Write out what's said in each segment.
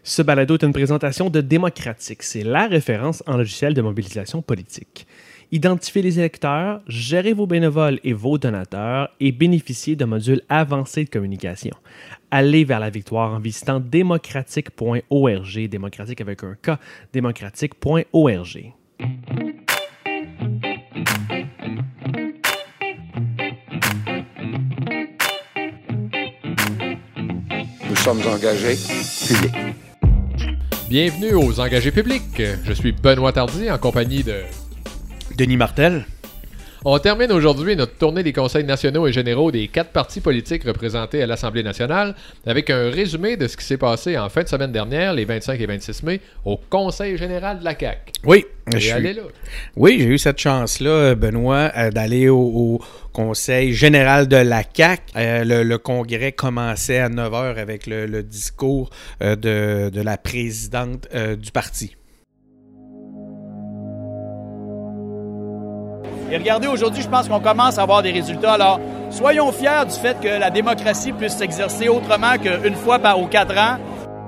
Ce balado est une présentation de Démocratique. C'est la référence en logiciel de mobilisation politique. Identifiez les électeurs, gérez vos bénévoles et vos donateurs et bénéficiez de modules avancés de communication. Allez vers la victoire en visitant démocratique.org, démocratique avec un K, démocratique.org. Nous sommes engagés publics. Bienvenue aux Engagés publics. Je suis Benoît Tardy en compagnie de Denis Martel. On termine aujourd'hui notre tournée des conseils nationaux et généraux des 4 partis politiques représentés à l'Assemblée nationale avec un résumé de ce qui s'est passé en fin de semaine dernière, les 25 et 26 mai, au Conseil général de la CAQ. Oui, j'ai eu cette chance-là, Benoît, d'aller au Conseil général de la CAQ. Le congrès commençait à 9h avec le discours de la présidente du parti. Et regardez, aujourd'hui, je pense qu'on commence à avoir des résultats. Alors, soyons fiers du fait que la démocratie puisse s'exercer autrement qu'une fois aux 4 ans.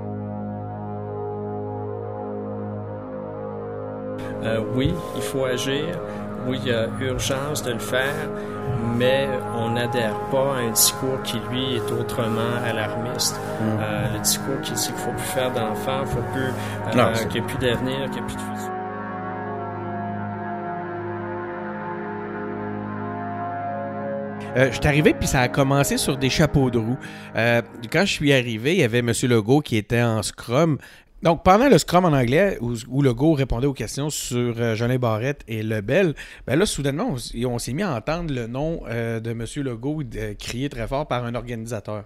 Oui, il faut agir. Oui, il y a urgence de le faire, mais on n'adhère pas à un discours qui, lui, est autrement alarmiste. Le discours qui dit qu'il ne faut plus faire d'enfants, qu'il n'y ait plus d'avenir, qu'il n'y ait plus de futur. Je suis arrivé, puis ça a commencé sur des chapeaux de roue. Quand je suis arrivé, il y avait M. Legault qui était en scrum. Donc, pendant le scrum en anglais, où Legault répondait aux questions sur Jolin Barrette et Lebel, ben là, soudainement, on s'est mis à entendre le nom de M. Legault crié très fort par un organisateur.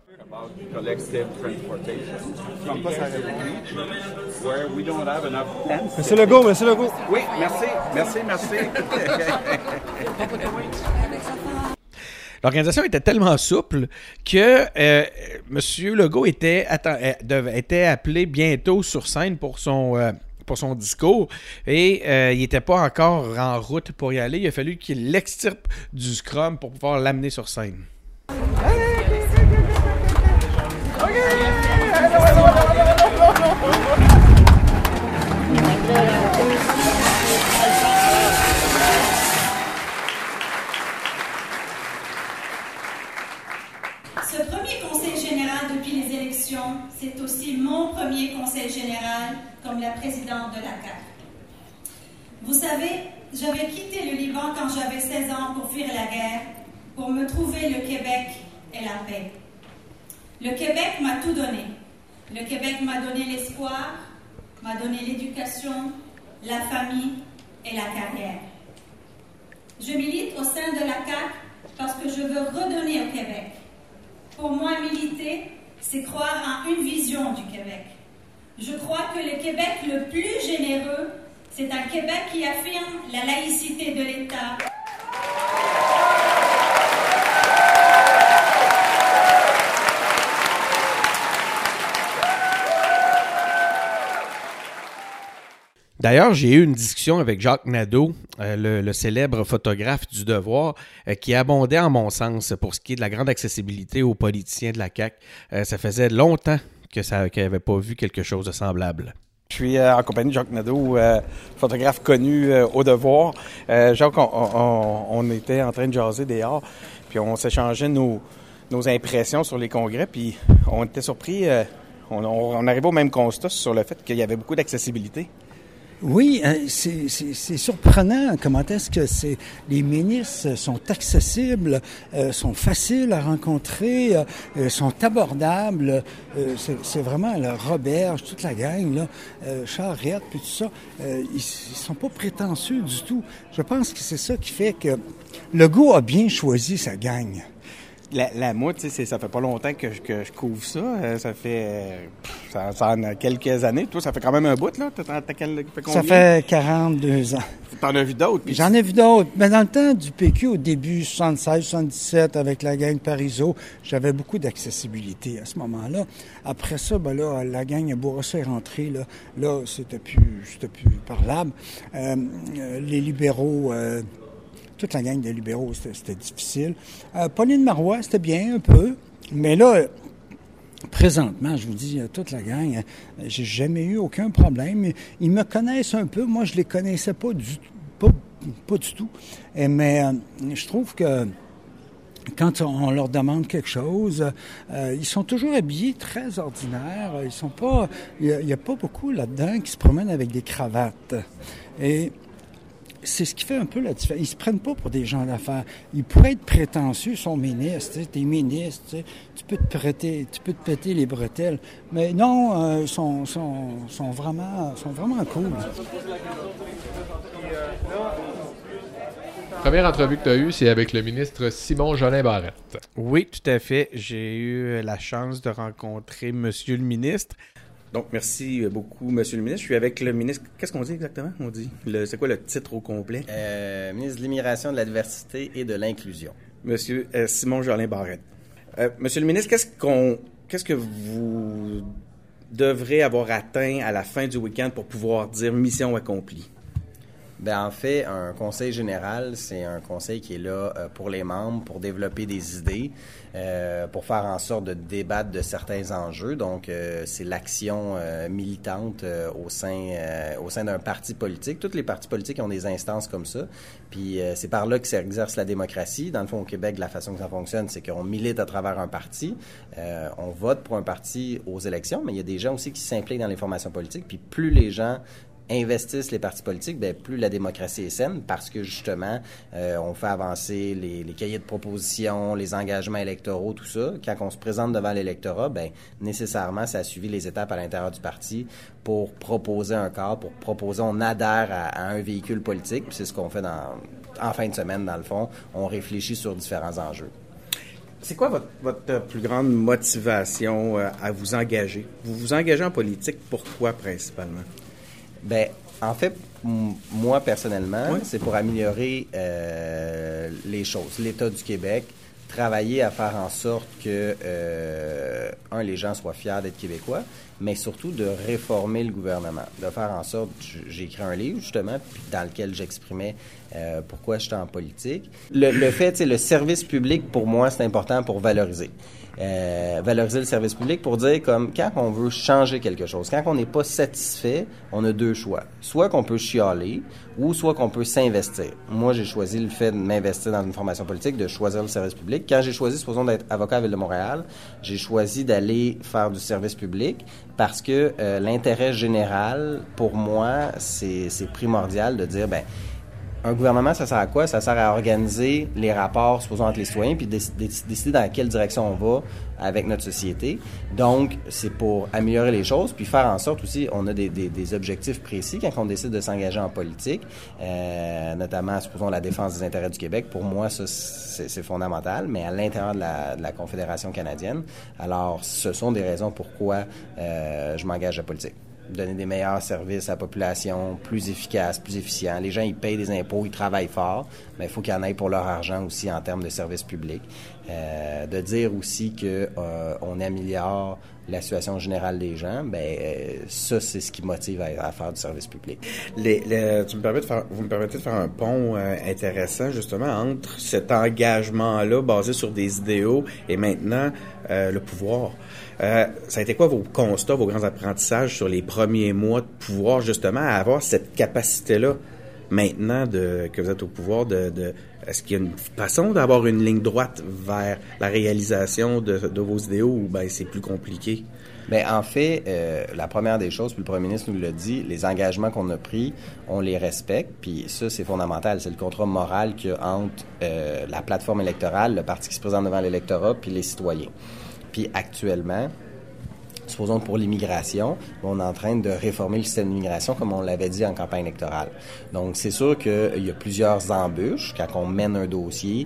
Monsieur Legault, Monsieur Legault. Oui, merci. L'organisation était tellement souple que M. Legault était appelé bientôt sur scène pour son discours et il n'était pas encore en route pour y aller. Il a fallu qu'il l'extirpe du scrum pour pouvoir l'amener sur scène. Ce premier conseil général depuis les élections, c'est aussi mon premier conseil général comme la présidente de la CAQ. Vous savez, j'avais quitté le Liban quand j'avais 16 ans pour fuir la guerre, pour me trouver le Québec et la paix. Le Québec m'a tout donné. Le Québec m'a donné l'espoir, m'a donné l'éducation, la famille et la carrière. Je milite au sein de la CAQ parce que je veux redonner au Québec. Pour moi, militer, c'est croire en une vision du Québec. Je crois que le Québec le plus généreux, c'est un Québec qui affirme la laïcité de l'État. D'ailleurs, j'ai eu une discussion avec Jacques Nadeau, le célèbre photographe du Devoir, qui abondait en mon sens pour ce qui est de la grande accessibilité aux politiciens de la CAQ. Ça faisait longtemps qu'il n'avait pas vu quelque chose de semblable. Je suis en compagnie de Jacques Nadeau, photographe connu au Devoir. Jacques, on était en train de jaser dehors, puis on s'échangeait nos impressions sur les congrès, puis on était surpris, on arrivait au même constat sur le fait qu'il y avait beaucoup d'accessibilité. Oui, c'est surprenant comment est-ce que les ministres sont accessibles, sont faciles à rencontrer, sont abordables. C'est vraiment Roberge, toute la gang, là, Charette, puis tout ça. Ils sont pas prétentieux du tout. Je pense que c'est ça qui fait que Legault a bien choisi sa gang. Moi, tu sais, ça fait pas longtemps que je couvre ça. Ça fait ça en a quelques années. Toi, ça fait quand même un bout, là. Fait combien? Ça fait 42 ans. T'en as vu d'autres? J'en ai vu d'autres. Mais dans le temps du PQ, au début, 76, 77, avec la gang Parizeau, j'avais beaucoup d'accessibilité à ce moment-là. Après ça, ben là, la gang Bourassa est rentrée, là. Là, c'était plus parlable. Les libéraux... toute la gang des libéraux, c'était difficile. Pauline Marois, c'était bien un peu. Mais là, présentement, je vous dis, toute la gang, j'ai jamais eu aucun problème. Ils me connaissent un peu. Moi, je les connaissais pas du tout. Mais je trouve que quand on leur demande quelque chose, ils sont toujours habillés très ordinaires. Ils sont pas, il y a pas beaucoup là-dedans qui se promènent avec des cravates. Et c'est ce qui fait un peu la différence. Ils se prennent pas pour des gens d'affaires. Ils pourraient être prétentieux, ils sont ministres, t'es ministre, tu peux te péter les bretelles. Mais non, ils sont vraiment cool. Première entrevue que tu as eue, c'est avec le ministre Simon Jolin Barrette. Oui, tout à fait. J'ai eu la chance de rencontrer Monsieur le ministre. Donc, merci beaucoup, Monsieur le ministre. Je suis avec le ministre. Qu'est-ce qu'on dit exactement? On dit. C'est quoi le titre au complet? Ministre de l'Immigration, de la Diversité et de l'Inclusion. Monsieur Simon Jolin Barrette. Monsieur le ministre, qu'est-ce que vous devrez avoir atteint à la fin du week-end pour pouvoir dire mission accomplie? En fait, un conseil général, c'est un conseil qui est là pour les membres, pour développer des idées, pour faire en sorte de débattre de certains enjeux. Donc, c'est l'action militante au sein d'un parti politique. Tous les partis politiques ont des instances comme ça. Puis, c'est par là que s'exerce la démocratie. Dans le fond, au Québec, la façon que ça fonctionne, c'est qu'on milite à travers un parti. On vote pour un parti aux élections, mais il y a des gens aussi qui s'impliquent dans les formations politiques. Puis, plus les gens investissent les partis politiques, plus la démocratie est saine parce que, justement, on fait avancer les cahiers de propositions, les engagements électoraux, tout ça. Quand on se présente devant l'électorat, nécessairement, ça a suivi les étapes à l'intérieur du parti pour proposer un cadre, on adhère à un véhicule politique, puis c'est ce qu'on fait en fin de semaine, dans le fond. On réfléchit sur différents enjeux. C'est quoi votre plus grande motivation à vous engager? Vous vous engagez en politique, pourquoi principalement? En fait, moi, personnellement, c'est pour améliorer les choses. L'État du Québec, travailler à faire en sorte que, les gens soient fiers d'être Québécois, mais surtout de réformer le gouvernement, de faire en sorte... J'ai écrit un livre, justement, dans lequel j'exprimais pourquoi j'étais en politique. Le fait, le service public, pour moi, c'est important pour valoriser. Valoriser le service public pour dire comme quand on veut changer quelque chose, quand on n'est pas satisfait, on a deux choix. Soit qu'on peut chialer ou soit qu'on peut s'investir. Moi, j'ai choisi le fait de m'investir dans une formation politique, de choisir le service public. Quand j'ai choisi, supposons d'être avocat à la Ville de Montréal, j'ai choisi d'aller faire du service public parce que l'intérêt général, pour moi, c'est primordial de dire, un gouvernement, ça sert à quoi? Ça sert à organiser les rapports, supposons, entre les citoyens, puis décider dans quelle direction on va avec notre société. Donc, c'est pour améliorer les choses, puis faire en sorte aussi, on a des objectifs précis quand on décide de s'engager en politique, notamment, supposons, la défense des intérêts du Québec. Pour moi, ça, c'est fondamental, mais à l'intérieur de la Confédération canadienne. Alors, ce sont des raisons pourquoi je m'engage à la politique. Donner des meilleurs services à la population, plus efficaces, plus efficients. Les gens, ils payent des impôts, ils travaillent fort, mais il faut qu'ils en aillent pour leur argent aussi en termes de services publics. De dire aussi que on améliore la situation générale des gens, ça, c'est ce qui motive à faire du service public. Vous me permettez de faire un pont intéressant, justement, entre cet engagement-là basé sur des idéaux et maintenant le pouvoir. Ça a été quoi vos constats, vos grands apprentissages sur les premiers mois de pouvoir, justement, à avoir cette capacité-là, maintenant que vous êtes au pouvoir, est-ce qu'il y a une façon d'avoir une ligne droite vers la réalisation de vos idéaux ou c'est plus compliqué? En fait, la première des choses, puis le premier ministre nous l'a dit, les engagements qu'on a pris, on les respecte, puis ça, c'est fondamental. C'est le contrat moral qu'il y a entre la plateforme électorale, le parti qui se présente devant l'électorat, puis les citoyens. Puis actuellement, supposons que pour l'immigration, on est en train de réformer le système d'immigration comme on l'avait dit en campagne électorale. Donc, c'est sûr qu'il y a plusieurs embûches quand on mène un dossier.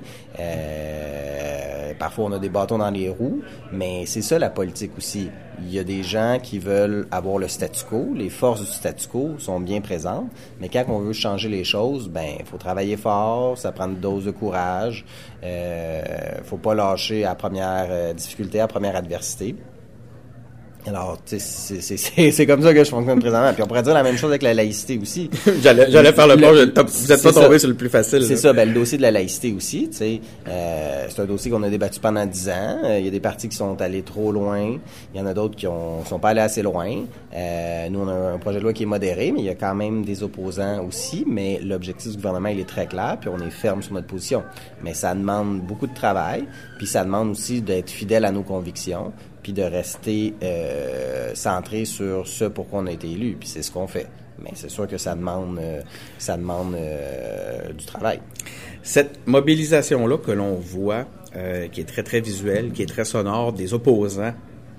Parfois, on a des bâtons dans les roues, mais c'est ça la politique aussi. Il y a des gens qui veulent avoir le statu quo. Les forces du statu quo sont bien présentes, mais quand on veut changer les choses, il faut travailler fort, ça prend une dose de courage. Faut pas lâcher à première difficulté, à première adversité. Alors, tu sais, c'est comme ça que je fonctionne présentement. Puis on pourrait dire la même chose avec la laïcité aussi. J'allais faire le bon, vous êtes pas tombé sur le plus facile. C'est ça, le dossier de la laïcité aussi, tu sais, c'est un dossier qu'on a débattu pendant 10 ans. Il y a des partis qui sont allés trop loin. Il y en a d'autres qui sont pas allés assez loin. Nous, on a un projet de loi qui est modéré, mais il y a quand même des opposants aussi. Mais l'objectif du gouvernement, il est très clair, puis on est ferme sur notre position. Mais ça demande beaucoup de travail, puis ça demande aussi d'être fidèle à nos convictions, puis de rester centré sur ce pour quoi on a été élu, puis c'est ce qu'on fait. Mais c'est sûr que ça demande du travail. Cette mobilisation-là que l'on voit, qui est très, très visuelle, qui est très sonore, des opposants,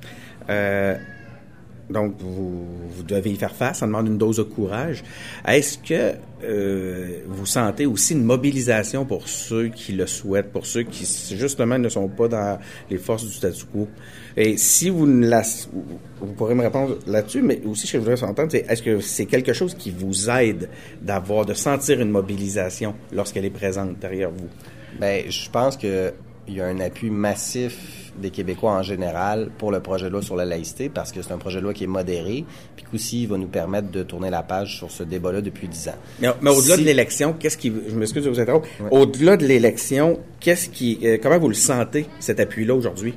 donc vous devez y faire face, ça demande une dose de courage. Est-ce que vous sentez aussi une mobilisation pour ceux qui le souhaitent, pour ceux qui justement ne sont pas dans les forces du statu quo? Et si vous pourrez me répondre là-dessus, mais aussi ce que je voudrais s'entendre, c'est est-ce que c'est quelque chose qui vous aide de sentir une mobilisation lorsqu'elle est présente derrière vous? Bien, je pense que il y a un appui massif des Québécois en général pour le projet de loi sur la laïcité parce que c'est un projet de loi qui est modéré puis qu'aussi il va nous permettre de tourner la page sur ce débat-là depuis 10 ans. Mais au-delà de l'élection, je m'excuse de vous interrompre, au-delà de l'élection, comment vous le sentez, cet appui-là aujourd'hui?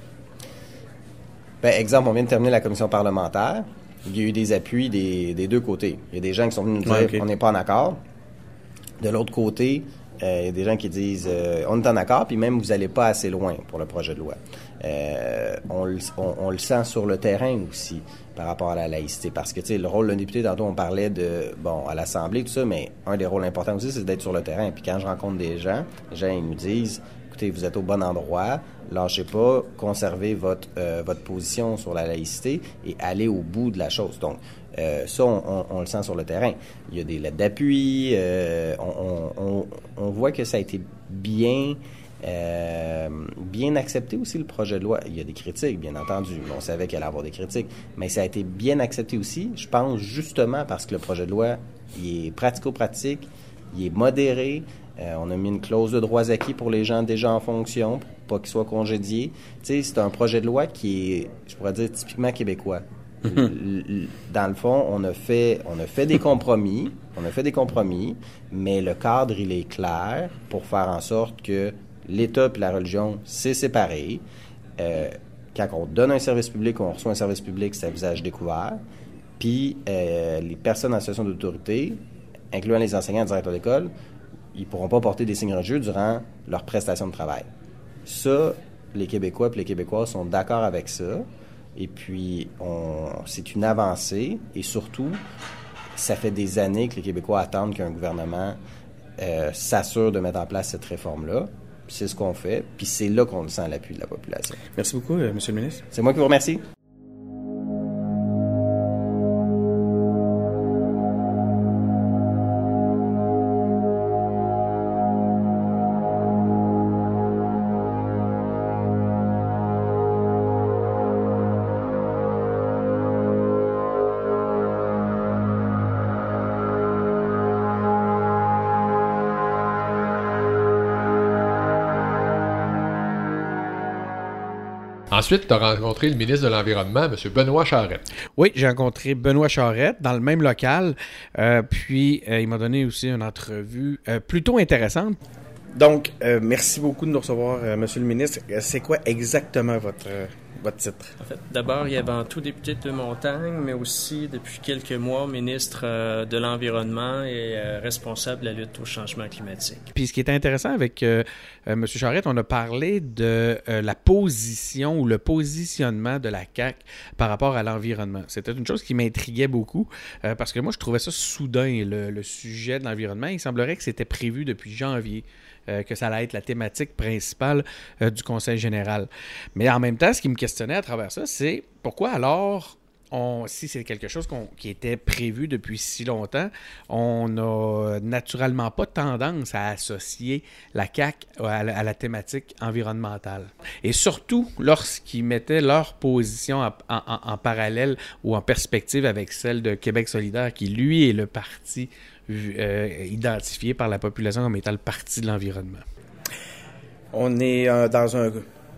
Ben, exemple, on vient de terminer la commission parlementaire. Il y a eu des appuis des deux côtés. Il y a des gens qui sont venus nous dire on n'est pas en accord. De l'autre côté, il y a des gens qui disent on est en accord, puis même vous n'allez pas assez loin pour le projet de loi. On le sent sur le terrain aussi par rapport à la laïcité, parce que tu sais le rôle d'un député, tantôt on parlait à l'Assemblée tout ça, mais un des rôles importants aussi c'est d'être sur le terrain. Puis quand je rencontre des gens, ils nous disent écoutez, vous êtes au bon endroit, lâchez pas, conservez votre position sur la laïcité et allez au bout de la chose. Donc ça, on le sent sur le terrain. Il y a des lettres d'appui. On voit que ça a été bien accepté aussi, le projet de loi. Il y a des critiques, bien entendu. On savait qu'il allait y avoir des critiques. Mais ça a été bien accepté aussi, je pense, justement parce que le projet de loi, il est pratico-pratique, il est modéré. On a mis une clause de droits acquis pour les gens déjà en fonction, pour pas qu'ils soient congédiés. Tu sais, c'est un projet de loi qui est, je pourrais dire, typiquement québécois. Dans le fond, on a fait des compromis, mais le cadre, il est clair pour faire en sorte que l'État et la religion, c'est séparé. Quand on donne un service public, on reçoit un service public, c'est à visage découvert. Puis, les personnes en situation d'autorité, incluant les enseignants et les directeurs d'école, ils ne pourront pas porter des signes religieux durant leur prestation de travail. Ça, les Québécois et les Québécoises sont d'accord avec ça. Et puis, c'est une avancée. Et surtout, ça fait des années que les Québécois attendent qu'un gouvernement s'assure de mettre en place cette réforme-là. C'est ce qu'on fait. Puis c'est là qu'on sent l'appui de la population. Merci beaucoup, Monsieur le ministre. C'est moi qui vous remercie. Ensuite, tu as rencontré le ministre de l'Environnement, M. Benoît Charette. Oui, j'ai rencontré Benoît Charette dans le même local. Puis, il m'a donné aussi une entrevue plutôt intéressante. Donc, merci beaucoup de nous recevoir, Monsieur le ministre. C'est quoi exactement votre titre? En fait, d'abord et avant tout député de Montagne, mais aussi depuis quelques mois ministre de l'Environnement et responsable de la lutte au changement climatique. Puis ce qui est intéressant avec M. Charette, on a parlé de la position ou le positionnement de la CAQ par rapport à l'environnement. C'était une chose qui m'intriguait beaucoup parce que moi, je trouvais ça soudain, le sujet de l'environnement. Il semblerait que c'était prévu depuis janvier. Que ça allait être la thématique principale du Conseil général. Mais en même temps, ce qui me questionnait à travers ça, c'est pourquoi alors, si c'est quelque chose qui était prévu depuis si longtemps, on n'a naturellement pas tendance à associer la CAQ à la thématique environnementale. Et surtout, lorsqu'ils mettaient leur position en parallèle ou en perspective avec celle de Québec solidaire, qui lui est le parti identifié par la population comme étant le parti de l'environnement. On est dans un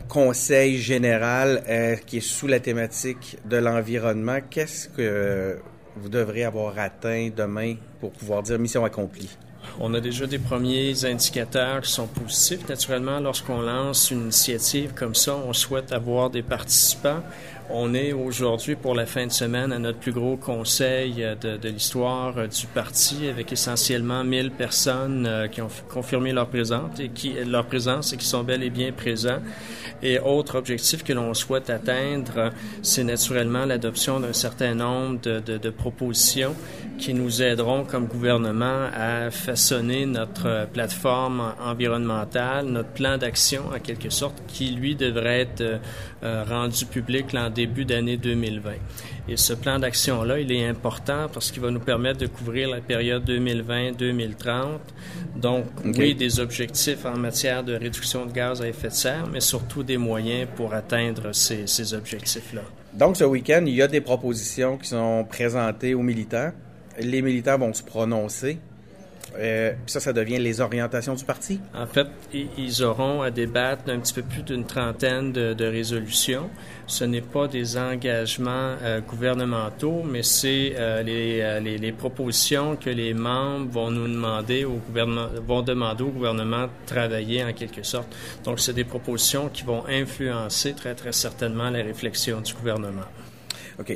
conseil général qui est sous la thématique de l'environnement. Qu'est-ce que vous devrez avoir atteint demain pour pouvoir dire mission accomplie? On a déjà des premiers indicateurs qui sont positifs. Naturellement, lorsqu'on lance une initiative comme ça, on souhaite avoir des participants. On est aujourd'hui, pour la fin de semaine, à notre plus gros conseil de l'histoire du parti, avec essentiellement 1000 personnes qui ont confirmé leur présence et qui sont bel et bien présents. Et autre objectif que l'on souhaite atteindre, c'est naturellement l'adoption d'un certain nombre de propositions qui nous aideront comme gouvernement à façonner notre plateforme environnementale, notre plan d'action en quelque sorte, qui lui devrait être rendu public en début d'année 2020. Et ce plan d'action-là, il est important parce qu'il va nous permettre de couvrir la période 2020-2030. Donc, oui, des objectifs en matière de réduction de gaz à effet de serre, mais surtout des moyens pour atteindre ces objectifs-là. Donc, ce week-end, il y a des propositions qui sont présentées aux militants. Les militants vont se prononcer. Puis ça devient les orientations du parti? En fait, ils auront à débattre d'un petit peu plus d'une trentaine de résolutions. Ce n'est pas des engagements gouvernementaux, mais c'est les propositions que les membres vont nous demander vont demander au gouvernement de travailler en quelque sorte. Donc, c'est des propositions qui vont influencer très, très certainement la réflexion du gouvernement. OK.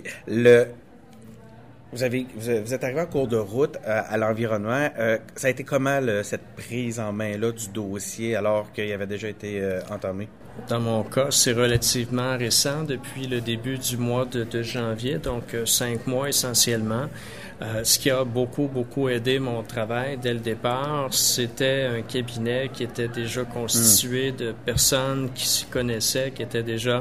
Vous êtes arrivé en cours de route à l'environnement. Ça a été comment cette prise en main-là du dossier alors qu'il avait déjà été entamé? Dans mon cas, c'est relativement récent, depuis le début du mois de janvier, donc 5 mois essentiellement. Ce qui a beaucoup aidé mon travail dès le départ, c'était un cabinet qui était déjà constitué de personnes qui s'y connaissaient, qui étaient déjà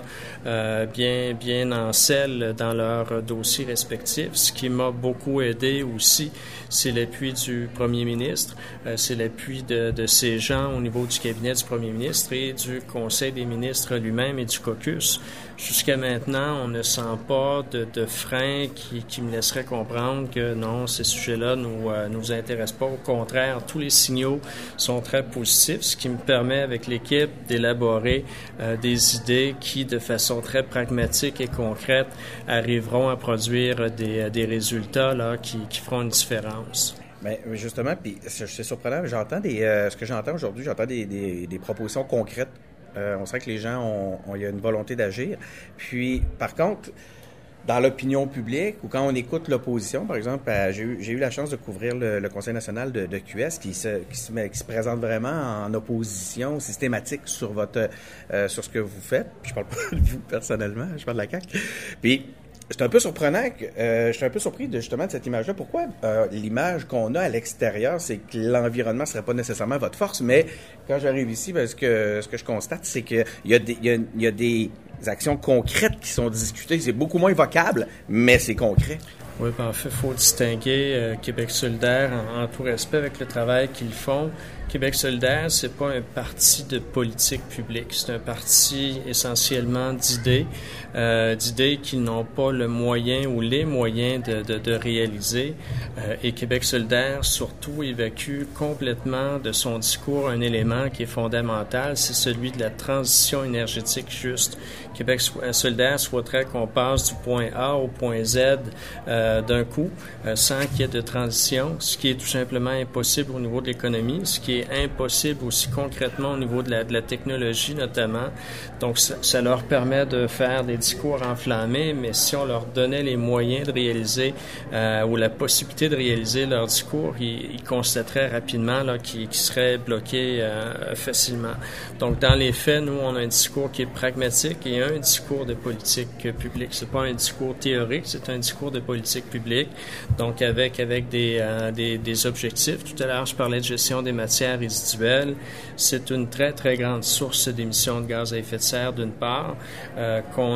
bien en selle dans leurs dossiers respectifs. Ce qui m'a beaucoup aidé aussi, c'est l'appui du premier ministre, c'est l'appui de ces gens au niveau du cabinet du premier ministre et du Conseil des ministres lui-même et du caucus. Jusqu'à maintenant, on ne sent pas de frein qui me laisserait comprendre que non, ces sujets-là nous intéressent pas. Au contraire, tous les signaux sont très positifs, ce qui me permet avec l'équipe d'élaborer des idées qui, de façon très pragmatique et concrète, arriveront à produire des résultats là qui feront une différence. Mais justement, puis c'est surprenant, ce que j'entends aujourd'hui, j'entends des propositions concrètes. On sent que les gens il y a une volonté d'agir. Puis, par contre, dans l'opinion publique ou quand on écoute l'opposition, par exemple, j'ai eu la chance de couvrir le Conseil national de QS qui se présente vraiment en opposition systématique sur ce que vous faites. Puis je parle pas de vous personnellement, je parle de la CAQ. Puis j'étais un peu surpris de cette image-là. Pourquoi l'image qu'on a à l'extérieur, c'est que l'environnement serait pas nécessairement votre force, mais quand j'arrive ici, ce que je constate, c'est qu'il y a des actions concrètes qui sont discutées. C'est beaucoup moins vocable, mais c'est concret. Oui, en fait, il faut distinguer Québec solidaire en tout respect avec le travail qu'ils font. Québec solidaire, c'est pas un parti de politique publique, c'est un parti essentiellement d'idées qu'ils n'ont pas le moyen ou les moyens de réaliser. Et Québec solidaire, surtout, évacue complètement de son discours un élément qui est fondamental, c'est celui de la transition énergétique juste. Québec solidaire souhaiterait qu'on passe du point A au point Z d'un coup, sans qu'il y ait de transition, ce qui est tout simplement impossible au niveau de l'économie, ce qui est impossible aussi concrètement au niveau de la technologie notamment. Donc, ça leur permet de faire des discours enflammés, mais si on leur donnait les moyens de réaliser ou la possibilité de réaliser leur discours, ils constateraient rapidement là, qu'ils seraient bloqués facilement. Donc, dans les faits, nous, on a un discours qui est pragmatique et un discours de politique publique. C'est pas un discours théorique, c'est un discours de politique publique. Donc, avec des objectifs. Tout à l'heure, je parlais de gestion des matières résiduelles. C'est une très, très grande source d'émissions de gaz à effet de serre, d'une part, qu'on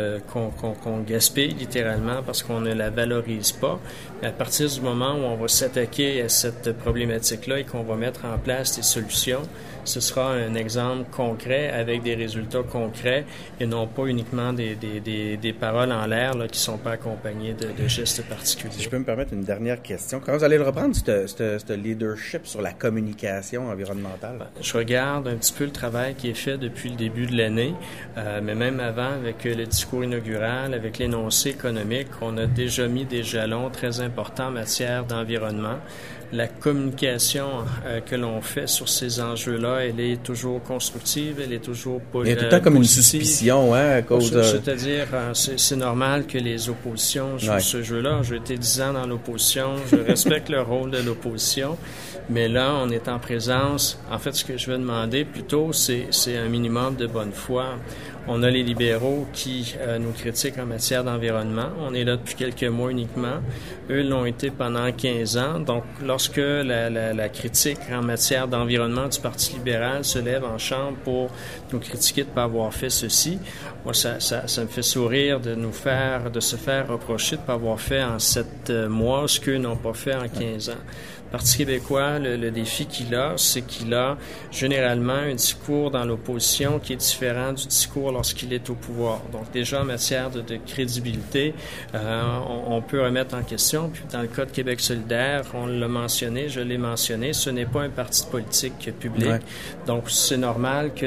gaspille littéralement parce qu'on ne la valorise pas. Mais à partir du moment où on va s'attaquer à cette problématique-là et qu'on va mettre en place des solutions, ce sera un exemple concret avec des résultats concrets et non pas uniquement des paroles en l'air là, qui ne sont pas accompagnées de gestes particuliers. Si je peux me permettre une dernière question. Comment vous allez le reprendre, ce leadership sur la communication environnementale? Je regarde un petit peu le travail qui est fait depuis le début de l'année, mais même avant, avec le discours inaugural, avec l'énoncé économique, on a déjà mis des jalons très importants en matière d'environnement. La communication que l'on fait sur ces enjeux-là, elle est toujours constructive, elle est toujours positive. Il y a tout le temps comme une suspicion, hein, à cause de... C'est-à-dire, c'est normal que les oppositions jouent ce jeu-là. J'ai été 10 ans dans l'opposition, je respecte le rôle de l'opposition, mais là, on est en présence. En fait, ce que je veux demander plutôt, c'est un minimum de bonne foi. On a les libéraux qui nous critiquent en matière d'environnement. On est là depuis quelques mois uniquement. Eux l'ont été pendant 15 ans. Donc, lorsque la critique en matière d'environnement du Parti libéral se lève en chambre pour nous critiquer de ne pas avoir fait ceci, moi, ça me fait sourire de se faire reprocher de ne pas avoir fait en 7 mois ce qu'eux n'ont pas fait en 15 ans. Le Parti québécois, le défi qu'il a, c'est qu'il a généralement un discours dans l'opposition qui est différent du discours lorsqu'il est au pouvoir. Donc déjà en matière de crédibilité, on peut remettre en question. Puis dans le cas de Québec solidaire, on l'a mentionné, je l'ai mentionné, ce n'est pas un parti politique public. Ouais. Donc c'est normal que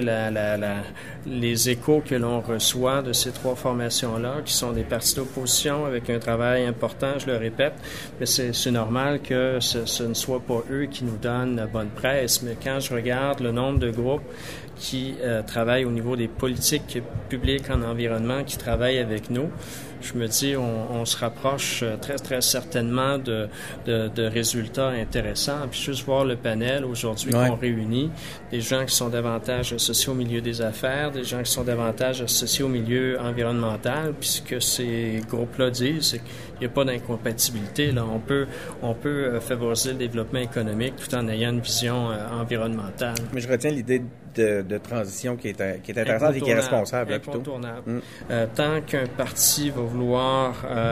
les échos que l'on reçoit de ces trois formations-là, qui sont des partis d'opposition avec un travail important, je le répète, mais c'est normal que ce ne soit pas eux qui nous donnent la bonne presse. Mais quand je regarde le nombre de groupes qui travaillent au niveau des politiques publiques en environnement, qui travaillent avec nous, je me dis, on se rapproche très, très certainement de résultats intéressants. Puis juste voir le panel aujourd'hui qu'on réunit, des gens qui sont davantage associés au milieu des affaires, des gens qui sont davantage associés au milieu environnemental, puis ce que ces groupes-là disent, c'est qu'il n'y a pas d'incompatibilité. Là, on peut favoriser le développement économique tout en ayant une vision environnementale. Mais je retiens l'idée de transition qui est intéressante et qui est responsable. Incontournable. Tant qu'un parti va vouloir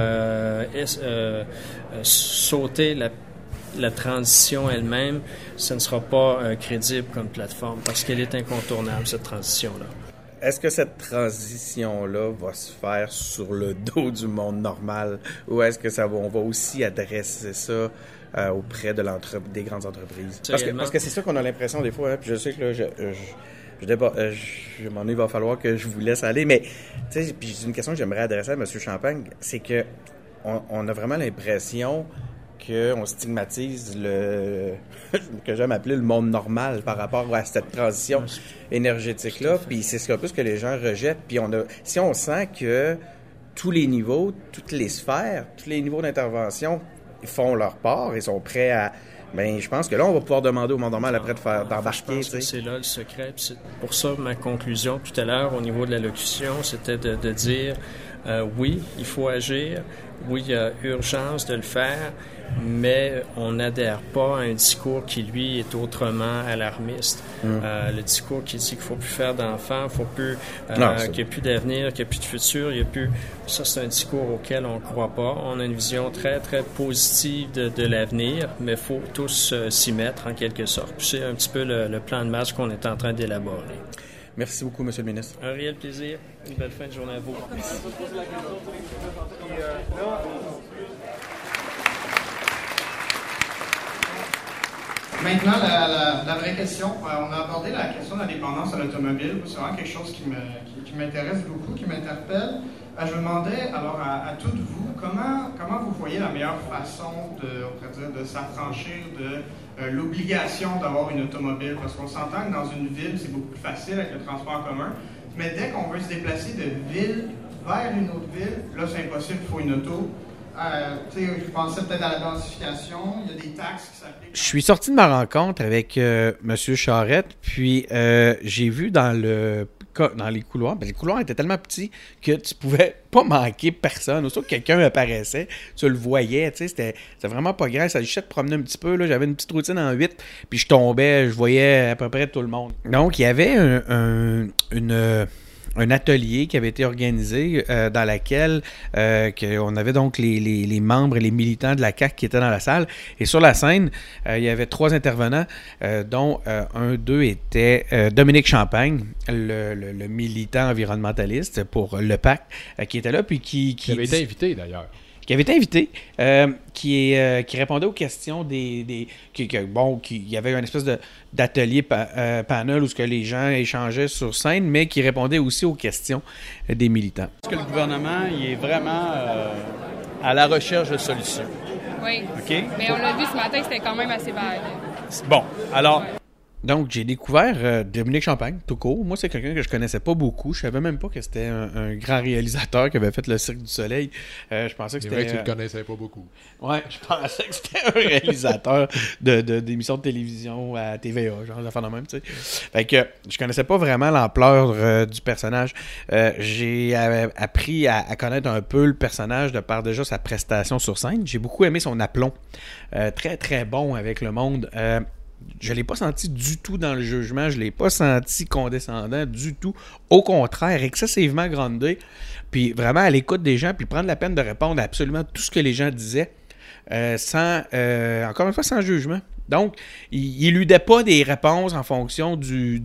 sauter la transition elle-même, ce ne sera pas crédible comme plateforme parce qu'elle est incontournable, cette transition-là. Est-ce que cette transition-là va se faire sur le dos du monde normal ou est-ce que on va aussi adresser ça auprès des grandes entreprises? Parce que c'est ça qu'on a l'impression des fois, hein, puis je sais que là, il va falloir que je vous laisse aller, mais tu sais, puis c'est une question que j'aimerais adresser à M. Champagne, c'est que on a vraiment l'impression qu'on stigmatise que j'aime appeler le monde normal par rapport à cette transition énergétique-là, puis c'est un peu ce que les gens rejettent, puis si on sent que tous les niveaux, toutes les sphères, tous les niveaux d'intervention font leur part et sont prêts à... Bien, je pense que là, on va pouvoir demander au monde normal après d'embarquer. Je pense que c'est là le secret. Puis c'est pour ça, ma conclusion tout à l'heure au niveau de l'allocution, c'était de dire oui, il faut agir. Oui, il y a urgence de le faire, mais on n'adhère pas à un discours qui, lui, est autrement alarmiste. Le discours qui dit qu'il ne faut plus faire d'enfants, qu'il n'y a plus d'avenir, qu'il n'y a plus de futur, il y a plus... Ça, c'est un discours auquel on ne croit pas. On a une vision très, très positive de l'avenir, mais il faut tous s'y mettre, en quelque sorte. Puis c'est un petit peu le plan de match qu'on est en train d'élaborer. Merci beaucoup, M. le ministre. Un réel plaisir. Une belle fin de journée à vous. Maintenant, la vraie question. On a abordé la question de la dépendance à l'automobile. C'est vraiment quelque chose qui m'intéresse beaucoup, qui m'interpelle. Je me demandais, alors, à toutes vous, comment vous voyez la meilleure façon de s'affranchir de l'obligation d'avoir une automobile? Parce qu'on s'entend que dans une ville, c'est beaucoup plus facile avec le transport en commun. Mais dès qu'on veut se déplacer de ville vers une autre ville, là, c'est impossible, il faut une auto. Je pensais peut-être à la densification, il y a des taxes qui s'appliquent. Je suis sorti de ma rencontre avec M. Charette, puis j'ai vu dans les couloirs, les couloirs étaient tellement petits que tu pouvais pas manquer personne. Aussitôt que quelqu'un apparaissait, tu le voyais, c'était vraiment pas grave. Ça juste de promener un petit peu, là, j'avais une petite routine en 8, puis je tombais, je voyais à peu près tout le monde. Donc, il y avait un atelier qui avait été organisé dans laquelle on avait donc les membres et les militants de la CAQ qui étaient dans la salle. Et sur la scène, il y avait 3 intervenants, dont d'eux était Dominique Champagne, le militant environnementaliste pour le PAC, qui était là, puis qui avait été invité d'ailleurs. Qui avait été invité, qui répondait aux questions il y avait une espèce d'atelier panel où ce que les gens échangeaient sur scène, mais qui répondait aussi aux questions des militants. Est-ce que le gouvernement il est vraiment à la recherche de solutions? Oui. OK? Mais on l'a vu ce matin, c'était quand même assez vague. Bon, alors... Ouais. Donc, j'ai découvert Dominique Champagne, tout court. Moi, c'est quelqu'un que je connaissais pas beaucoup. Je savais même pas que c'était un grand réalisateur qui avait fait le Cirque du Soleil. Je pensais que c'était... C'est vrai que tu le connaissais pas beaucoup. Ouais, je pensais que c'était un réalisateur d'émissions de télévision à TVA, genre d'affaires de même, tu sais. Fait que je connaissais pas vraiment l'ampleur du personnage. J'ai appris à connaître un peu le personnage de par déjà sa prestation sur scène. J'ai beaucoup aimé son aplomb. Très, très bon avec le monde. Je ne l'ai pas senti du tout dans le jugement, je ne l'ai pas senti condescendant du tout. Au contraire, excessivement grandé, puis vraiment à l'écoute des gens, puis prendre la peine de répondre à absolument tout ce que les gens disaient, encore une fois, sans jugement. Donc, il éludait pas des réponses en fonction du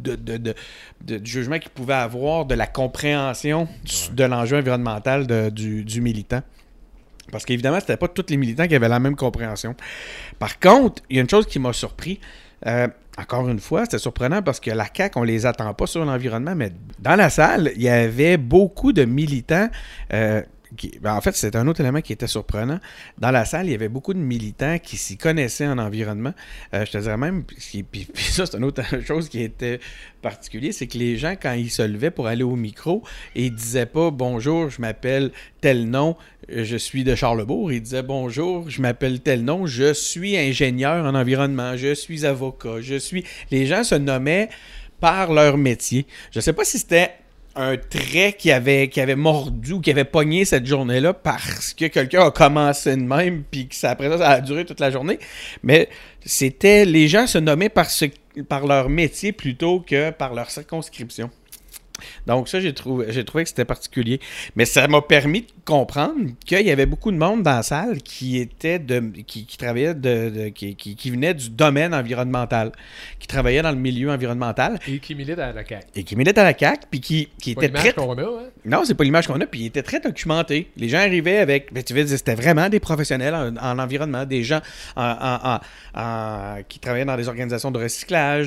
jugement qu'il pouvait avoir, de la compréhension de l'enjeu environnemental du militant. Parce qu'évidemment, c'était pas tous les militants qui avaient la même compréhension. Par contre, il y a une chose qui m'a surpris. Encore une fois, c'était surprenant parce que la CAQ, on les attend pas sur l'environnement, mais dans la salle, il y avait beaucoup de militants. En fait, c'est un autre élément qui était surprenant. Dans la salle, il y avait beaucoup de militants qui s'y connaissaient en environnement. Je te dirais même, puis ça, c'est une autre chose qui était particulier, c'est que les gens, quand ils se levaient pour aller au micro, ils disaient pas « Bonjour, je m'appelle tel nom, je suis de Charlesbourg ». Ils disaient « Bonjour, je m'appelle tel nom, je suis ingénieur en environnement, je suis avocat, je suis... » Les gens se nommaient par leur métier. Je sais pas si c'était un trait qui avait mordu ou qui avait pogné cette journée-là parce que quelqu'un a commencé de même puis que après ça a duré toute la journée. Mais c'était... Les gens se nommaient par leur métier plutôt que par leur circonscription. Donc ça, j'ai trouvé que c'était particulier. Mais ça m'a permis de comprendre qu'il y avait beaucoup de monde dans la salle qui travaillait qui venait du domaine environnemental, qui travaillait dans le milieu environnemental. Et qui milite à la CAQ. Et qui milite à la CAQ, puis qui était très... C'est pas l'image qu'on a, hein? Non, c'est pas l'image qu'on a, puis il était très documenté. Les gens arrivaient avec... tu veux dire, c'était vraiment des professionnels en environnement, des gens qui travaillaient dans des organisations de recyclage,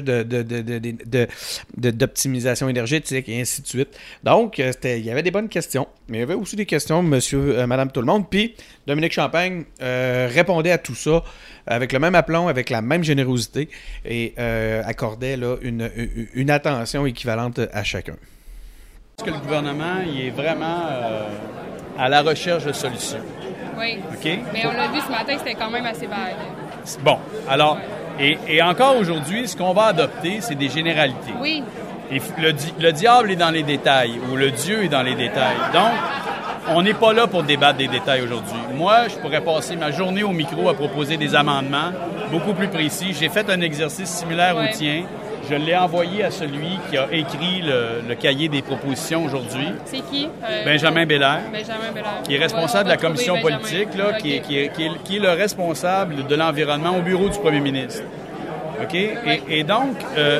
d'optimisation énergétique, et ainsi de suite. Donc, il y avait des bonnes questions, mais il y avait aussi des questions, monsieur, madame, tout le monde. Puis, Dominique Champagne répondait à tout ça avec le même aplomb, avec la même générosité et accordait là, une attention équivalente à chacun. Est-ce que le gouvernement il est vraiment à la recherche de solutions? Oui. OK? Mais on l'a vu ce matin, c'était quand même assez vague. Bon, alors, et encore aujourd'hui, ce qu'on va adopter, c'est des généralités. Oui. Et le diable est dans les détails, ou le Dieu est dans les détails. Donc, on n'est pas là pour débattre des détails aujourd'hui. Moi, je pourrais passer ma journée au micro à proposer des amendements beaucoup plus précis. J'ai fait un exercice similaire au tien. Je l'ai envoyé à celui qui a écrit le cahier des propositions aujourd'hui. C'est qui? Benjamin Bélair. Benjamin Bélair. Qui est responsable de la commission politique, là, okay. qui est le responsable de l'environnement au bureau du premier ministre. OK? Ouais. Et donc...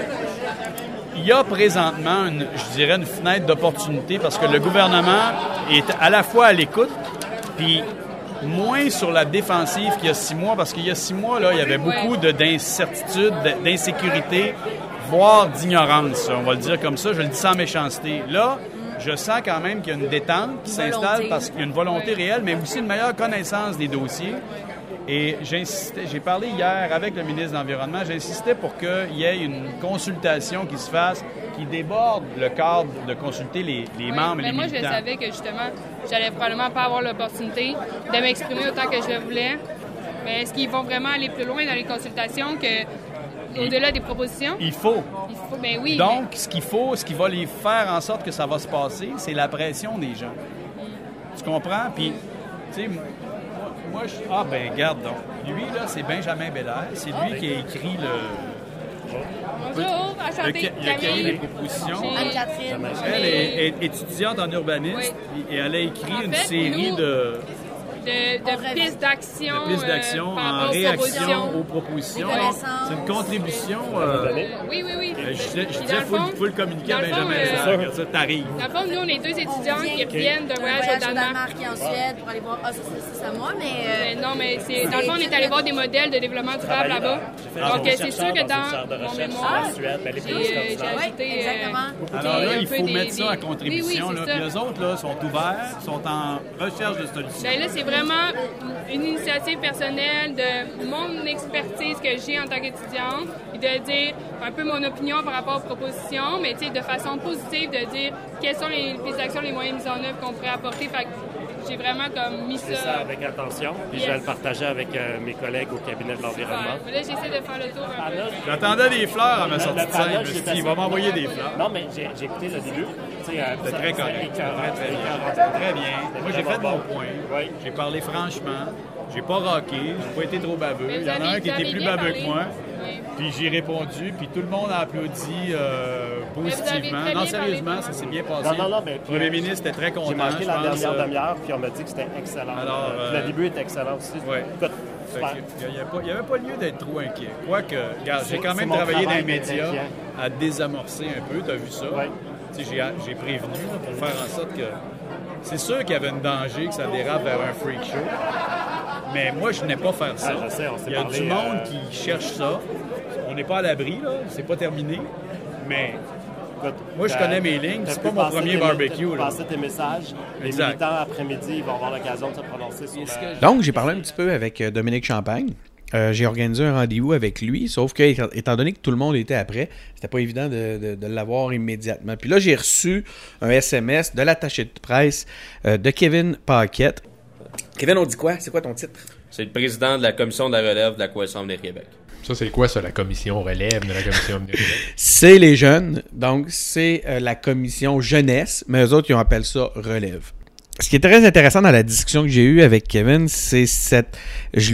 il y a présentement, je dirais, une fenêtre d'opportunité parce que le gouvernement est à la fois à l'écoute, puis moins sur la défensive qu'il y a 6 mois, parce qu'il y a 6 mois, là, il y avait beaucoup d'incertitude, d'insécurité, voire d'ignorance. On va le dire comme ça, je le dis sans méchanceté. Là, je sens quand même qu'il y a une détente qui s'installe parce qu'il y a une volonté réelle, mais aussi une meilleure connaissance des dossiers. Et j'ai parlé hier avec le ministre de l'Environnement, j'insistais pour qu'il y ait une consultation qui se fasse, qui déborde le cadre de consulter les membres et les militants. Moi, je savais que justement, j'allais probablement pas avoir l'opportunité de m'exprimer autant que je le voulais. Mais est-ce qu'ils vont vraiment aller plus loin dans les consultations au-delà des propositions? Il faut. Ben oui. Donc, ce qu'il faut, ce qui va les faire en sorte que ça va se passer, c'est la pression des gens. Tu comprends? Puis, tu sais... Moi, regarde donc. Lui, là, c'est Benjamin Bélair. C'est lui qui a écrit Bonjour, enchantée. Il a accueilli des propositions. Anne-Catherine. Elle est étudiante en urbanisme et elle a écrit une série de pistes d'action, en réaction aux propositions. C'est une contribution. Oui. Je disais, faut le communiquer à Benjamin Lessard, ça t'arrive. Dans le fond, nous, on est 2 étudiants qui reviennent de voyage au Danemark et en Suède pour aller voir. Ah, ça, c'est à moi, mais. Non, mais dans le fond, on est allé voir des modèles de développement durable là-bas. Donc, c'est sûr que dans mon mémoire, j'ai ajouté. Alors là, il faut mettre ça à contribution. Puis les autres là, sont ouverts, sont en recherche de solutions. Là, c'est vraiment une initiative personnelle de mon expertise que j'ai en tant qu'étudiante et de dire un peu mon opinion par rapport aux propositions, mais de façon positive, de dire quelles sont les pistes d'action, les moyens mis en œuvre qu'on pourrait apporter. Fait que j'ai vraiment comme mis ça avec attention, puis je vais le partager avec mes collègues au cabinet de l'environnement. Là, j'essaie de faire le tour un peu. J'attendais des fleurs à ma sortie de scène. Je me suis dit, il va m'envoyer des fleurs. Non, mais j'ai écouté le début. C'était très correct. Très bien. Moi, j'ai fait mon point. J'ai parlé franchement. J'ai pas rocké. J'ai pas été trop baveux. Il y en a un qui était plus baveux que moi. Puis j'ai répondu, puis tout le monde a applaudi positivement. Non, sérieusement, ça s'est bien passé. Non, mais le Premier ministre était très content. J'ai manqué la dernière demi-heure, puis on m'a dit que c'était excellent. Alors, le début était excellent aussi. Oui. Il n'y avait pas lieu d'être trop inquiet. Quoique, regarde, j'ai quand même travaillé dans les médias à désamorcer un peu, tu as vu ça? Oui. J'ai prévenu pour faire en sorte que... C'est sûr qu'il y avait un danger que ça dérape vers un freak show. Mais moi, je n'ai pas faire ça. Je sais, il y a du monde qui cherche ça. On n'est pas à l'abri, là. C'est pas terminé. Mais moi, je connais mes lignes. C'est pas mon premier barbecue. Tu passer tes messages. Les militants, après-midi, ils vont avoir l'occasion de se prononcer sur Donc, j'ai parlé un petit peu avec Dominique Champagne. J'ai organisé un rendez-vous avec lui, sauf que, étant donné que tout le monde était après, c'était pas évident de l'avoir immédiatement. Puis là, j'ai reçu un SMS de l'attaché de presse de Kevin Paquette. Kevin, on dit quoi? C'est quoi ton titre? C'est le président de la commission de la relève de la Coalition Avenir Québec. Ça, c'est quoi, ça, la commission relève de la commission Avenir Québec? C'est les jeunes, donc c'est la commission jeunesse, mais eux autres, ils appellent ça relève. Ce qui est très intéressant dans la discussion que j'ai eue avec Kevin, c'est je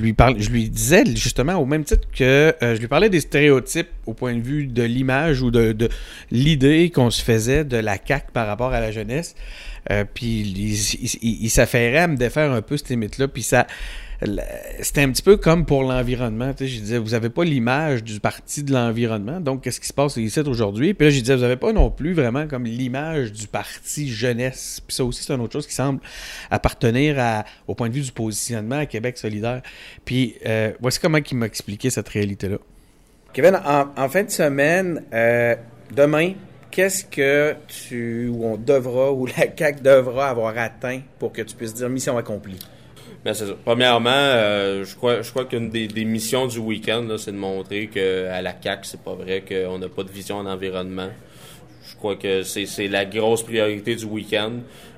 lui disais justement au même titre que je lui parlais des stéréotypes au point de vue de l'image ou de l'idée qu'on se faisait de la CAQ par rapport à la jeunesse. Puis il s'affairait à me défaire un peu ces mythes-là. Puis c'était un petit peu comme pour l'environnement. Tu sais, je disais, vous n'avez pas l'image du parti de l'environnement, donc qu'est-ce qui se passe ici aujourd'hui? Puis là, je disais, vous n'avez pas non plus vraiment comme l'image du parti jeunesse. Puis ça aussi, c'est une autre chose qui semble appartenir au point de vue du positionnement à Québec solidaire. Puis voici comment il m'a expliqué cette réalité-là. Kevin, en fin de semaine, demain, qu'est-ce que on devra, ou la CAQ devra avoir atteint pour que tu puisses dire mission accomplie? Bien, c'est ça. Premièrement, je crois qu'une des missions du week-end, là, c'est de montrer qu'à la CAQ, c'est pas vrai qu'on n'a pas de vision en environnement. Je crois que c'est la grosse priorité du week-end.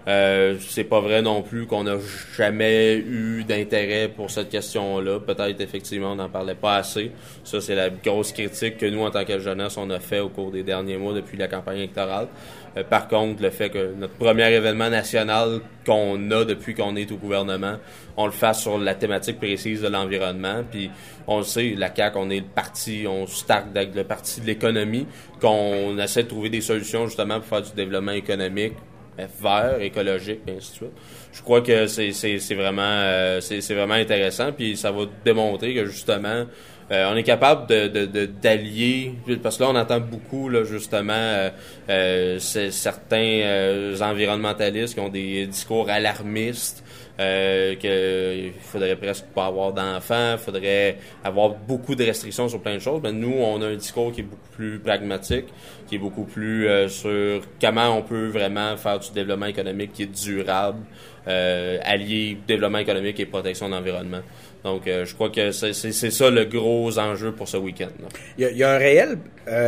C'est pas vrai non plus qu'on n'a jamais eu d'intérêt pour cette question-là. Peut-être, effectivement, on n'en parlait pas assez. Ça, c'est la grosse critique que nous, en tant que jeunesse, on a fait au cours des derniers mois depuis la campagne électorale. Par contre, le fait que notre premier événement national qu'on a depuis qu'on est au gouvernement, on le fasse sur la thématique précise de l'environnement. Puis, on le sait, la CAQ, on est le parti, on start avec le parti de l'économie, qu'on essaie de trouver des solutions justement pour faire du développement économique, vert, écologique, et ainsi de suite. Je crois que c'est vraiment intéressant, puis ça va démontrer que justement on est capable d'allier, parce que là on entend beaucoup là justement certains environnementalistes qui ont des discours alarmistes. Qu'il faudrait presque pas avoir d'enfants, il faudrait avoir beaucoup de restrictions sur plein de choses. Mais nous, on a un discours qui est beaucoup plus pragmatique, qui est beaucoup plus sur comment on peut vraiment faire du développement économique qui est durable, allier développement économique et protection de l'environnement. Donc, je crois que c'est ça le gros enjeu pour ce week-end. Il y a un réel...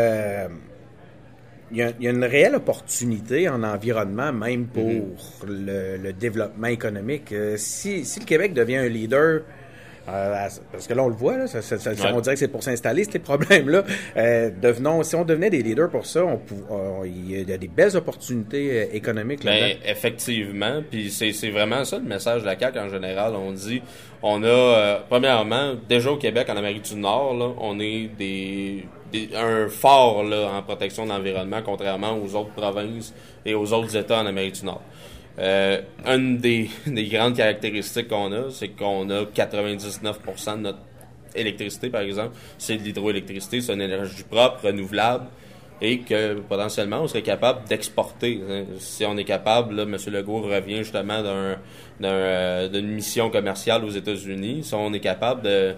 Il y a une réelle opportunité en environnement, même pour le développement économique. Si le Québec devient un leader, parce que là, on le voit, là, on dirait que c'est pour s'installer, ces problèmes-là. Si on devenait des leaders pour ça, il y a des belles opportunités économiques là-dedans. Effectivement, puis c'est vraiment ça le message de la CAQ en général. On dit, on a, premièrement, déjà au Québec, en Amérique du Nord, là, on est des un fort là, en protection de l'environnement, contrairement aux autres provinces et aux autres États en Amérique du Nord. Une des grandes caractéristiques qu'on a, c'est qu'on a 99% de notre électricité, par exemple, c'est de l'hydroélectricité, c'est une énergie propre, renouvelable, et que potentiellement on serait capable d'exporter. Si on est capable, là, M. Legault revient justement d'une mission commerciale aux États-Unis, si on est capable de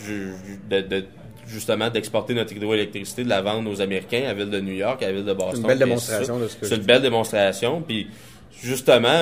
justement d'exporter notre hydroélectricité, de la vendre aux Américains, à la ville de New York, à la ville de Boston. C'est une belle démonstration de ce que c'est une belle démonstration, puis justement,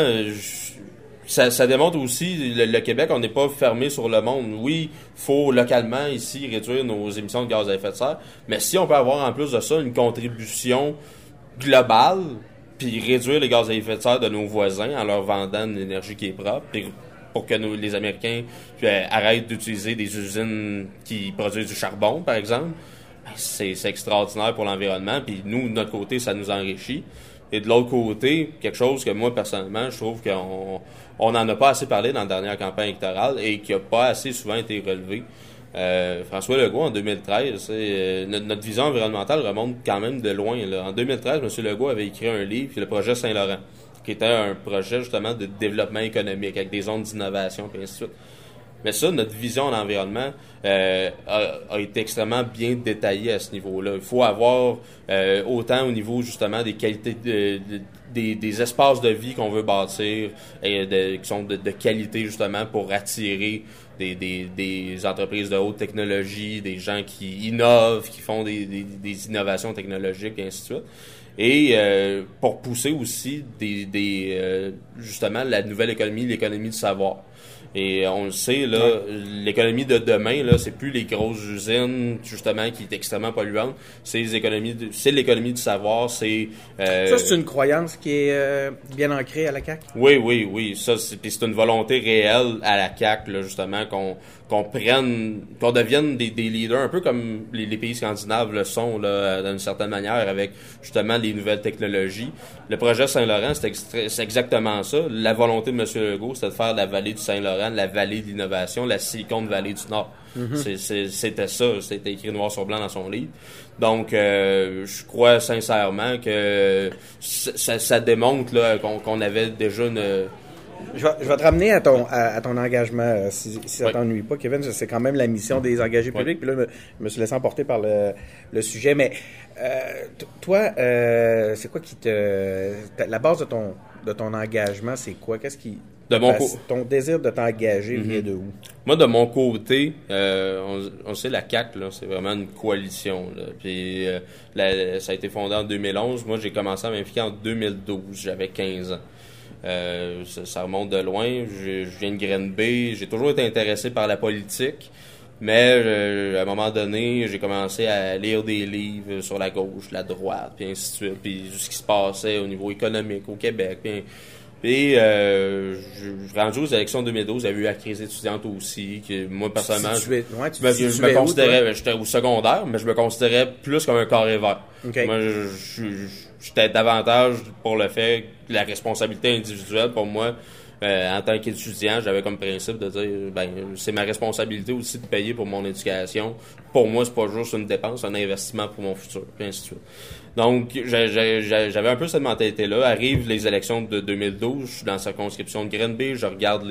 ça démontre aussi, le Québec, on n'est pas fermé sur le monde. Oui, il faut localement, ici, réduire nos émissions de gaz à effet de serre, mais si on peut avoir en plus de ça une contribution globale, puis réduire les gaz à effet de serre de nos voisins en leur vendant une énergie qui est propre, puis pour que les Américains arrêtent d'utiliser des usines qui produisent du charbon, par exemple, c'est extraordinaire pour l'environnement, puis nous, de notre côté, ça nous enrichit. Et de l'autre côté, quelque chose que moi, personnellement, je trouve qu'on n'en a pas assez parlé dans la dernière campagne électorale et qui n'a pas assez souvent été relevé. François Legault, en 2013, notre vision environnementale remonte quand même de loin. Là. En 2013, M. Legault avait écrit un livre, le projet Saint-Laurent, qui était un projet justement de développement économique avec des zones d'innovation et ainsi de suite. Mais ça, notre vision de l'environnement a été extrêmement bien détaillée à ce niveau-là. Il faut avoir autant au niveau justement des qualités, des espaces de vie qu'on veut bâtir, qui sont de qualité justement pour attirer des entreprises de haute technologie, des gens qui innovent, qui font des innovations technologiques et ainsi de suite. Et pour pousser aussi justement la nouvelle économie, l'économie du savoir. Et on le sait, là, l'économie de demain, là, c'est plus les grosses usines, justement, qui est extrêmement polluante. C'est l'économie du savoir, ça, c'est une croyance qui est bien ancrée à la CAQ? Oui. Ça, c'est une volonté réelle à la CAQ, là, justement, qu'on devienne des leaders, un peu comme les pays scandinaves le sont, là, d'une certaine manière, avec, justement, les nouvelles technologies. Le projet Saint-Laurent, c'est exactement ça. La volonté de M. Legault, c'était de faire de la vallée du Saint-Laurent la vallée de l'innovation, la Silicon Valley du Nord. C'était ça, c'était écrit noir sur blanc dans son livre. Donc, je crois sincèrement que ça démontre là, qu'on avait déjà une... Je vais te ramener à ton engagement, si ça t'ennuie pas, Kevin. C'est quand même la mission des engagés publics. Puis là, je me suis laissé emporter par le sujet. Mais toi, c'est quoi la base de ton engagement, c'est quoi? Qu'est-ce qui... Ton désir de t'engager vient de où? Moi, de mon côté, on sait, la CAQ, là, c'est vraiment une coalition. Là. Puis, ça a été fondé en 2011. Moi, j'ai commencé à m'impliquer en 2012. J'avais 15 ans. Ça remonte de loin. Je viens de Granby. J'ai toujours été intéressé par la politique. Mais à un moment donné, j'ai commencé à lire des livres sur la gauche, la droite, puis ainsi de suite. Puis ce qui se passait au niveau économique au Québec. Puis, rendu aux élections de 2012, il y avait eu la crise étudiante aussi, que moi, personnellement, je me considérais, j'étais au secondaire, mais je me considérais plus comme un carré vert. Okay. Moi, j'étais davantage pour le fait que la responsabilité individuelle, pour moi, en tant qu'étudiant, j'avais comme principe de dire, c'est ma responsabilité aussi de payer pour mon éducation. Pour moi, c'est pas juste une dépense, c'est un investissement pour mon futur, puis ainsi de suite. Donc, j'avais un peu cette mentalité-là. Arrivent les élections de 2012, je suis dans la circonscription de Granby, je regarde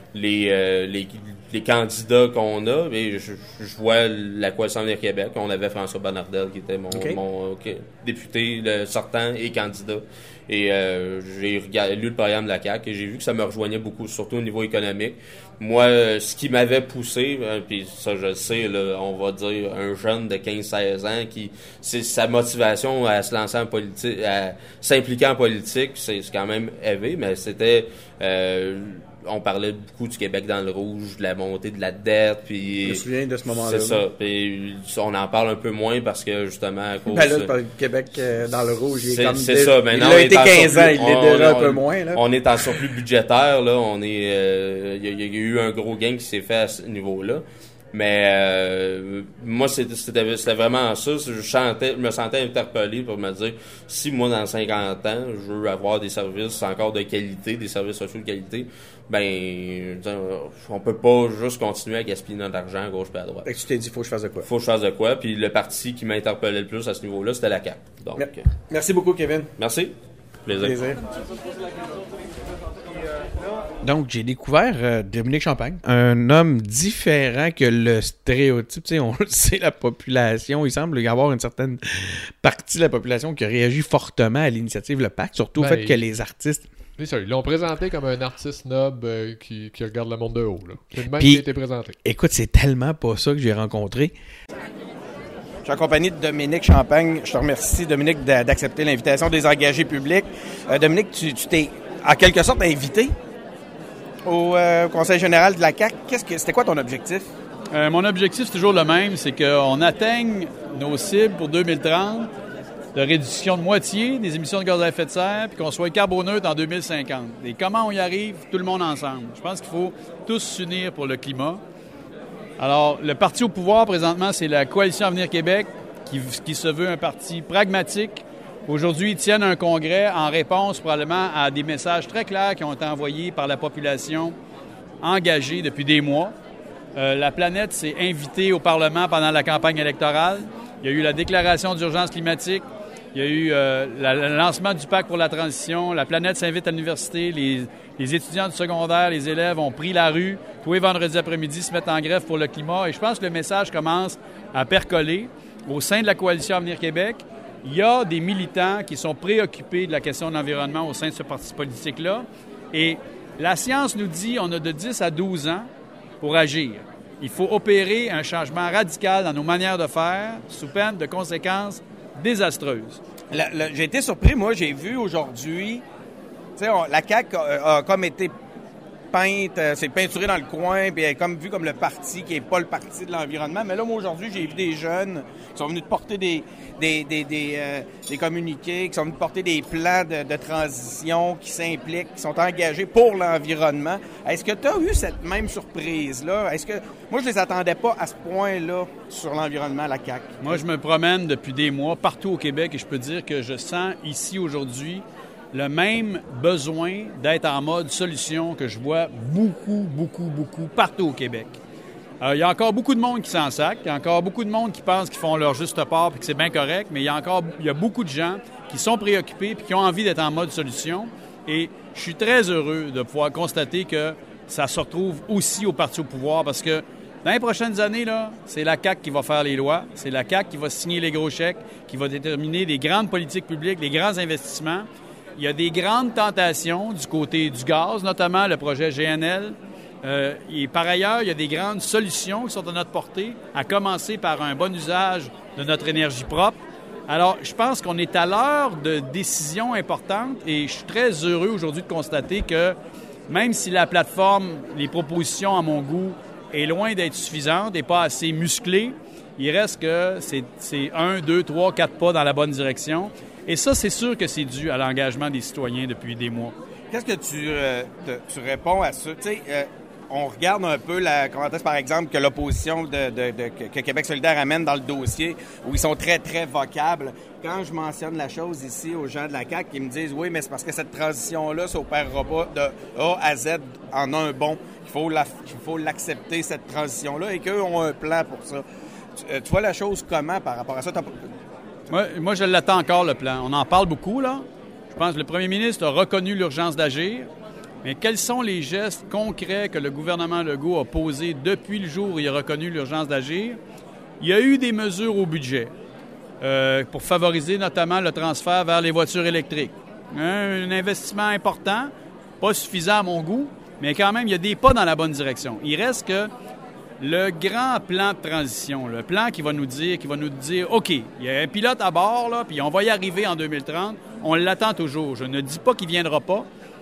les candidats qu'on a, et je vois la Coalition Avenir Québec. On avait François Bonnardel, qui était mon député sortant et candidat. Et j'ai lu le programme de la CAQ et j'ai vu que ça me rejoignait beaucoup, surtout au niveau économique. Moi, ce qui m'avait poussé, puis ça je le sais, là, on va dire un jeune de 15-16 ans c'est sa motivation à se lancer en politique, à s'impliquer en politique, c'est quand même élevé, mais c'était... on parlait beaucoup du Québec dans le rouge, de la montée de la dette, puis... Je me souviens de ce moment-là. C'est ça. Puis on en parle un peu moins parce que, justement, à cause... le Québec dans le rouge, il est comme... C'est ça. Maintenant, il a été 15 ans, il est déjà un peu moins, là. On est en surplus budgétaire, là. Il y a eu un gros gain qui s'est fait à ce niveau-là. Mais moi, c'était vraiment ça. Je me sentais interpellé pour me dire, si moi, dans 50 ans, je veux avoir des services encore de qualité, des services sociaux de qualité, ben, on peut pas juste continuer à gaspiller notre argent à gauche et à droite. Fait que tu t'es dit, faut que je fasse de quoi? Faut que je fasse de quoi. Puis le parti qui m'interpellait le plus à ce niveau-là, c'était la CAQ. Donc, merci beaucoup, Kevin. Merci. Plaisir. Donc, j'ai découvert Dominique Champagne, un homme différent que le stéréotype. Tu sais, on le sait, la population, il semble y avoir une certaine partie de la population qui a réagi fortement à l'initiative Le Pacte, surtout au fait que les artistes... C'est ça, ils l'ont présenté comme un artiste snob qui regarde le monde de haut. Là. C'est le même Puis, qui a été présenté. Écoute, c'est tellement pas ça que j'ai rencontré. Je suis en compagnie de Dominique Champagne. Je te remercie, Dominique, d'accepter l'invitation des engagés publics. Dominique, tu t'es en quelque sorte invité au Conseil général de la CAQ. C'était quoi ton objectif? Mon objectif, c'est toujours le même, c'est qu'on atteigne nos cibles pour 2030 de réduction de moitié des émissions de gaz à effet de serre, puis qu'on soit carboneutre en 2050. Et comment on y arrive? Tout le monde ensemble. Je pense qu'il faut tous s'unir pour le climat. Alors, le parti au pouvoir, présentement, c'est la Coalition Avenir Québec, qui se veut un parti pragmatique. Aujourd'hui, ils tiennent un congrès en réponse probablement à des messages très clairs qui ont été envoyés par la population engagée depuis des mois. La planète s'est invitée au Parlement pendant la campagne électorale. Il y a eu la déclaration d'urgence climatique. Il y a eu le lancement du pacte pour la transition. La planète s'invite à l'université. Les étudiants du secondaire, les élèves ont pris la rue. Tous les vendredis après-midi se mettent en grève pour le climat. Et je pense que le message commence à percoler au sein de la Coalition Avenir Québec. Il y a des militants qui sont préoccupés de la question de l'environnement au sein de ce parti politique-là. Et la science nous dit qu'on a de 10 à 12 ans pour agir. Il faut opérer un changement radical dans nos manières de faire sous peine de conséquences désastreuses. J'ai été surpris, moi, j'ai vu aujourd'hui, tu sais, la CAQ a comme été peinte, c'est peinturé dans le coin, puis elle est comme vu comme le parti qui n'est pas le parti de l'environnement. Mais là, moi, aujourd'hui, j'ai vu des jeunes qui sont venus de porter des communiqués, qui sont venus de porter des plans de transition, qui s'impliquent, qui sont engagés pour l'environnement. Est-ce que tu as eu cette même surprise-là? Moi, je les attendais pas à ce point-là sur l'environnement à la CAQ. Moi, je me promène depuis des mois partout au Québec et je peux dire que je sens ici aujourd'hui le même besoin d'être en mode solution que je vois beaucoup partout au Québec. Il y a encore beaucoup de monde qui s'en sac, il y a encore beaucoup de monde qui pense qu'ils font leur juste part et que c'est bien correct, mais il y a beaucoup de gens qui sont préoccupés et qui ont envie d'être en mode solution. Et je suis très heureux de pouvoir constater que ça se retrouve aussi au parti au pouvoir parce que dans les prochaines années, là, c'est la CAQ qui va faire les lois, c'est la CAQ qui va signer les gros chèques, qui va déterminer les grandes politiques publiques, les grands investissements. Il y a des grandes tentations du côté du gaz, notamment le projet GNL. Et par ailleurs, il y a des grandes solutions qui sont à notre portée, à commencer par un bon usage de notre énergie propre. Alors, je pense qu'on est à l'heure de décisions importantes et je suis très heureux aujourd'hui de constater que même si la plateforme, les propositions à mon goût, est loin d'être suffisante et pas assez musclée, il reste que c'est 1, 2, 3, 4 pas dans la bonne direction. Et ça, c'est sûr que c'est dû à l'engagement des citoyens depuis des mois. Qu'est-ce que tu réponds à ça? Tu sais, on regarde un peu comment est-ce, par exemple, que l'opposition que Québec solidaire amène dans le dossier, où ils sont très, très vocables. Quand je mentionne la chose ici aux gens de la CAQ, ils me disent « Oui, mais c'est parce que cette transition-là ne s'opérera pas de A à Z en un bond. Il faut l'accepter, cette transition-là, et qu'eux ont un plan pour ça. » Tu vois la chose comment par rapport à ça? Moi, je l'attends encore, le plan. On en parle beaucoup, là. Je pense que le premier ministre a reconnu l'urgence d'agir. Mais quels sont les gestes concrets que le gouvernement Legault a posés depuis le jour où il a reconnu l'urgence d'agir? Il y a eu des mesures au budget pour favoriser notamment le transfert vers les voitures électriques. Un investissement important, pas suffisant à mon goût, mais quand même, il y a des pas dans la bonne direction. Il reste que le grand plan de transition, le plan qui va nous dire, OK, il y a un pilote à bord, là, puis on va y arriver en 2030, on l'attend toujours. Je ne dis pas qu'il ne viendra pas.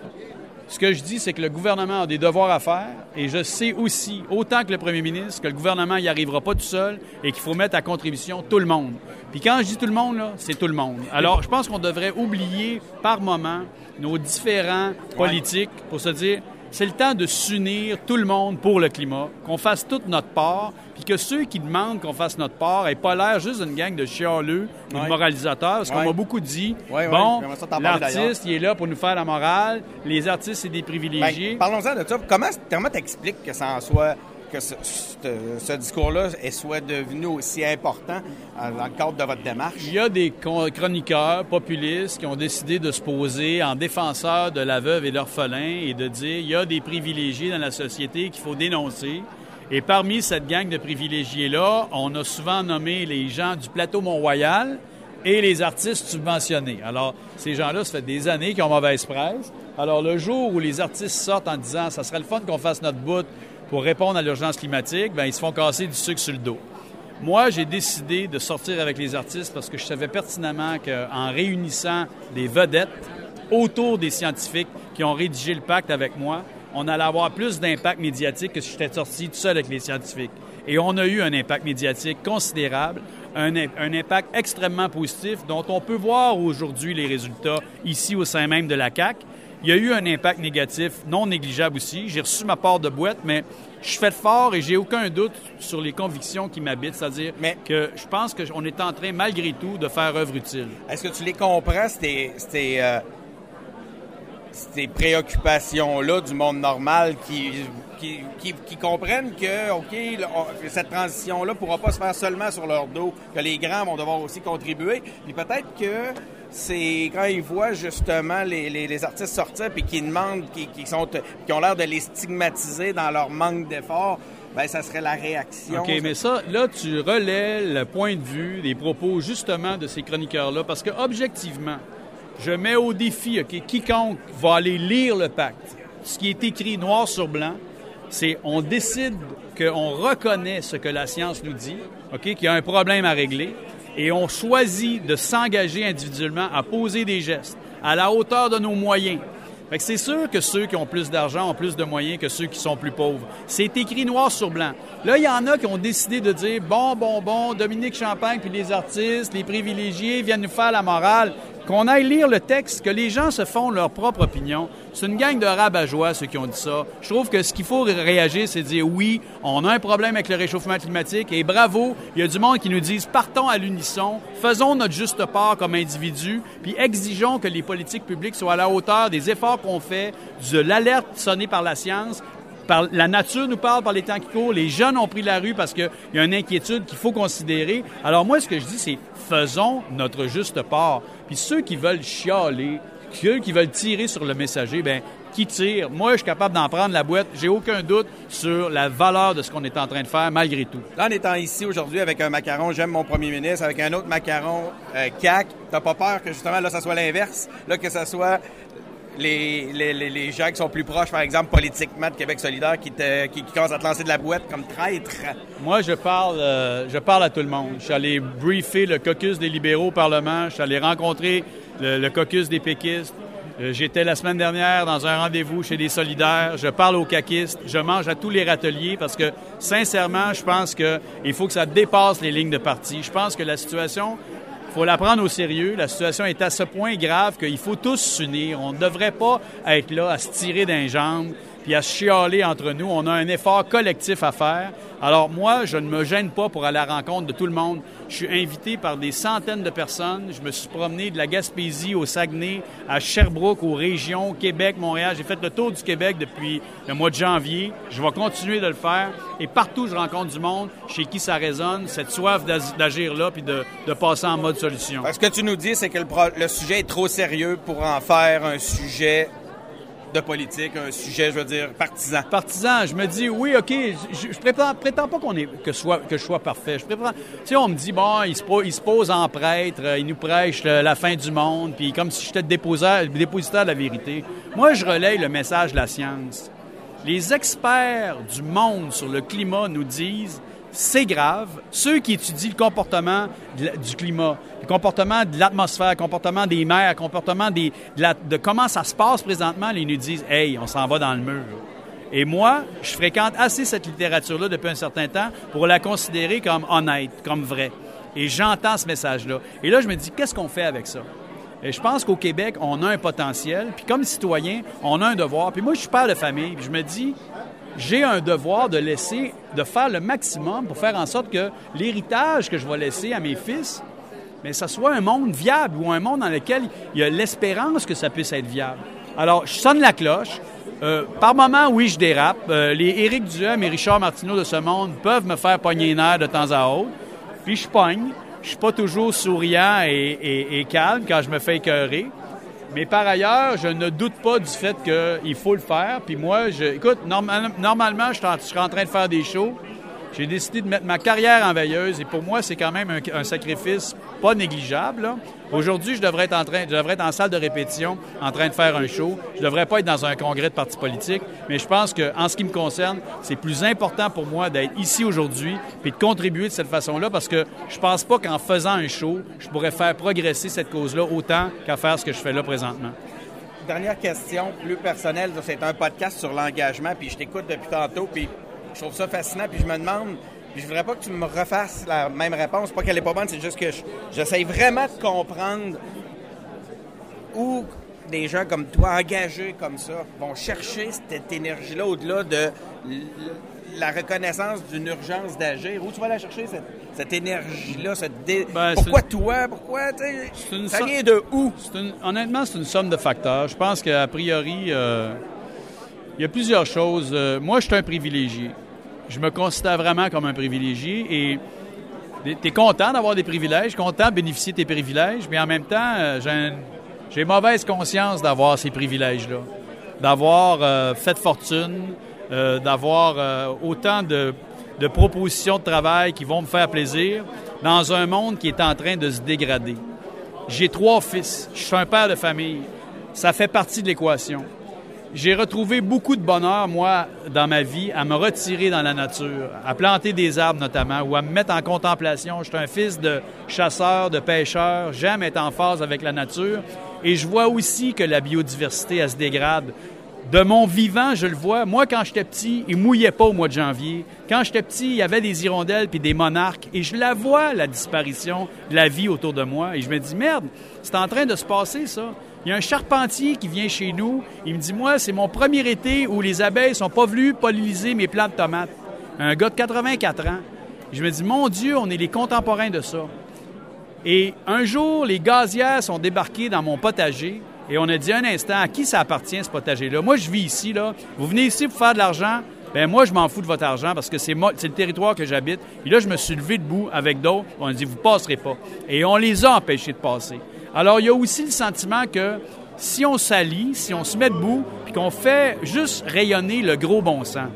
Ce que je dis, c'est que le gouvernement a des devoirs à faire et je sais aussi, autant que le premier ministre, que le gouvernement n'y arrivera pas tout seul et qu'il faut mettre à contribution tout le monde. Puis quand je dis tout le monde, là, c'est tout le monde. Alors, je pense qu'on devrait oublier par moment nos différents politiques pour se dire, c'est le temps de s'unir tout le monde pour le climat, qu'on fasse toute notre part, puis que ceux qui demandent qu'on fasse notre part n'aient pas l'air juste d'une gang de chialeux ou de moralisateurs, parce qu'on m'a beaucoup dit, l'artiste, il est là pour nous faire la morale, les artistes, c'est des privilégiés. Parlons-en de ça. Comment t'expliques que ça en soit... que ce discours-là soit devenu aussi important dans le cadre de votre démarche? Il y a des chroniqueurs populistes qui ont décidé de se poser en défenseurs de la veuve et l'orphelin et de dire il y a des privilégiés dans la société qu'il faut dénoncer. Et parmi cette gang de privilégiés-là, on a souvent nommé les gens du plateau Mont-Royal et les artistes subventionnés. Alors, ces gens-là, ça fait des années qu'ils ont mauvaise presse. Alors, le jour où les artistes sortent en disant « ça serait le fun qu'on fasse notre bout », pour répondre à l'urgence climatique, bien, ils se font casser du sucre sur le dos. Moi, j'ai décidé de sortir avec les artistes parce que je savais pertinemment qu'en réunissant des vedettes autour des scientifiques qui ont rédigé le pacte avec moi, on allait avoir plus d'impact médiatique que si j'étais sorti tout seul avec les scientifiques. Et on a eu un impact médiatique considérable, un impact extrêmement positif dont on peut voir aujourd'hui les résultats ici au sein même de la CAQ. Il y a eu un impact négatif non négligeable aussi. J'ai reçu ma part de boîte, mais je suis fait fort et j'ai aucun doute sur les convictions qui m'habitent. C'est-à-dire que je pense qu'on est en train, malgré tout, de faire œuvre utile. Est-ce que tu les comprends, ces préoccupations-là du monde normal qui comprennent que, OK, cette transition-là ne pourra pas se faire seulement sur leur dos, que les grands vont devoir aussi contribuer. Puis peut-être que c'est quand ils voient justement les artistes sortir puis qui demandent, qui ont l'air de les stigmatiser dans leur manque d'effort, bien, ça serait la réaction. OK, mais ça, là, tu relais le point de vue, les propos justement de ces chroniqueurs-là, parce que objectivement, je mets au défi, OK, quiconque va aller lire le pacte, ce qui est écrit noir sur blanc, c'est on décide qu'on reconnaît ce que la science nous dit, OK, qu'il y a un problème à régler, et on choisit de s'engager individuellement à poser des gestes à la hauteur de nos moyens. Fait que c'est sûr que ceux qui ont plus d'argent ont plus de moyens que ceux qui sont plus pauvres. C'est écrit noir sur blanc. Là, il y en a qui ont décidé de dire bon, Dominique Champagne puis les artistes, les privilégiés viennent nous faire la morale. Qu'on aille lire le texte, que les gens se font leur propre opinion. C'est une gang de rabat-joie, ceux qui ont dit ça. Je trouve que ce qu'il faut réagir, c'est dire oui, on a un problème avec le réchauffement climatique et bravo, il y a du monde qui nous disent partons à l'unisson, faisons notre juste part comme individus, puis exigeons que les politiques publiques soient à la hauteur des efforts qu'on fait, de l'alerte sonnée par la science. La nature nous parle par les temps qui courent. Les jeunes ont pris la rue parce qu'il y a une inquiétude qu'il faut considérer. Alors moi, ce que je dis, c'est faisons notre juste part. Puis ceux qui veulent chialer, ceux qui veulent tirer sur le messager, bien, qui tire? Moi, je suis capable d'en prendre la boîte. J'ai aucun doute sur la valeur de ce qu'on est en train de faire, malgré tout. Là, en étant ici aujourd'hui avec un macaron « J'aime mon premier ministre », avec un autre macaron CAQ, t'as pas peur que justement, là, ça soit l'inverse? Là, que ça soit les gens qui sont plus proches, par exemple, politiquement de Québec solidaire, qui commencent à te lancer de la boîte comme traître? Moi, je parle à tout le monde. Je suis allé briefer le caucus des libéraux au Parlement. Je suis allé rencontrer le caucus des péquistes. J'étais la semaine dernière dans un rendez-vous chez les solidaires. Je parle aux caquistes. Je mange à tous les râteliers parce que, sincèrement, je pense qu'il faut que ça dépasse les lignes de parti. Je pense que la situation... Il faut la prendre au sérieux. La situation est à ce point grave qu'il faut tous s'unir. On ne devrait pas être là à se tirer d'un jambe puis à se chialer entre nous. On a un effort collectif à faire. Alors moi, je ne me gêne pas pour aller à la rencontre de tout le monde. Je suis invité par des centaines de personnes. Je me suis promené de la Gaspésie au Saguenay, à Sherbrooke, aux régions, Québec, Montréal. J'ai fait le tour du Québec depuis le mois de janvier. Je vais continuer de le faire. Et partout, je rencontre du monde chez qui ça résonne, cette soif d'agir là puis de passer en mode solution. Ce que tu nous dis, c'est que le sujet est trop sérieux pour en faire un sujet de politique, un sujet, je veux dire, partisan. Partisan, je me dis, oui, OK, je prétends pas que je sois parfait. Tu sais, on me dit, bon, il se pose en prêtre, il nous prêche la fin du monde, puis comme si j'étais le dépositaire de la vérité. Moi, je relaye le message de la science. Les experts du monde sur le climat nous disent, c'est grave. Ceux qui étudient le comportement du climat, le comportement de l'atmosphère, le comportement des mers, le comportement de comment ça se passe présentement, ils nous disent « Hey, on s'en va dans le mur ». Et moi, je fréquente assez cette littérature-là depuis un certain temps pour la considérer comme honnête, comme vraie. Et j'entends ce message-là. Et là, je me dis, qu'est-ce qu'on fait avec ça? Et je pense qu'au Québec, on a un potentiel. Puis comme citoyen, on a un devoir. Puis moi, je suis père de famille. Puis je me dis, j'ai un devoir de faire le maximum pour faire en sorte que l'héritage que je vais laisser à mes fils, mais ça soit un monde viable ou un monde dans lequel il y a l'espérance que ça puisse être viable. Alors, je sonne la cloche. Par moment, oui, je dérape. Les Éric Duhem et Richard Martineau de ce monde peuvent me faire pogner les nerfs de temps à autre. Puis je pogne. Je suis pas toujours souriant et calme quand je me fais écœurer. Mais par ailleurs, je ne doute pas du fait qu'il faut le faire. Puis moi, écoute, normalement, je suis en train de faire des shows. J'ai décidé de mettre ma carrière en veilleuse et pour moi, c'est quand même un sacrifice pas négligeable, là. Aujourd'hui, je devrais être en salle de répétition en train de faire un show. Je devrais pas être dans un congrès de parti politique, mais je pense qu'en ce qui me concerne, c'est plus important pour moi d'être ici aujourd'hui puis de contribuer de cette façon-là parce que je pense pas qu'en faisant un show, je pourrais faire progresser cette cause-là autant qu'à faire ce que je fais là présentement. Dernière question, plus personnelle. C'est un podcast sur l'engagement, puis je t'écoute depuis tantôt, puis je trouve ça fascinant, puis je me demande, puis je voudrais pas que tu me refasses la même réponse, pas qu'elle est pas bonne, c'est juste que j'essaie vraiment de comprendre où des gens comme toi, engagés comme ça, vont chercher cette énergie-là au-delà de la reconnaissance d'une urgence d'agir. Où tu vas la chercher, cette énergie-là? Pourquoi toi? Pourquoi? Ça vient de où? Honnêtement, c'est une somme de facteurs. Je pense qu'a priori, il y a plusieurs choses. Moi, je suis un privilégié. Je me considère vraiment comme un privilégié et tu es content d'avoir des privilèges, content de bénéficier de tes privilèges, mais en même temps, j'ai mauvaise conscience d'avoir ces privilèges-là, d'avoir fait fortune, d'avoir autant de propositions de travail qui vont me faire plaisir dans un monde qui est en train de se dégrader. J'ai 3 fils, je suis un père de famille, ça fait partie de l'équation. J'ai retrouvé beaucoup de bonheur, moi, dans ma vie, à me retirer dans la nature, à planter des arbres notamment, ou à me mettre en contemplation. Je suis un fils de chasseur, de pêcheur, j'aime être en phase avec la nature, et je vois aussi que la biodiversité, elle se dégrade. De mon vivant, je le vois. Moi, quand j'étais petit, il mouillait pas au mois de janvier. Quand j'étais petit, il y avait des hirondelles puis des monarques, et je la vois, la disparition de la vie autour de moi, et je me dis, merde, c'est en train de se passer, ça. Il y a un charpentier qui vient chez nous. Il me dit, moi, c'est mon premier été où les abeilles sont pas venues polliniser mes plants de tomates. Un gars de 84 ans. Je me dis, mon Dieu, on est les contemporains de ça. Et un jour, les gazières sont débarquées dans mon potager et on a dit un instant, à qui ça appartient, ce potager-là? Moi, je vis ici, là. Vous venez ici pour faire de l'argent? Bien, moi, je m'en fous de votre argent parce que c'est le territoire que j'habite. Et là, je me suis levé debout avec d'autres. On a dit, vous passerez pas. Et on les a empêchés de passer. Alors, il y a aussi le sentiment que si on s'allie, si on se met debout, puis qu'on fait juste rayonner le gros bon sens,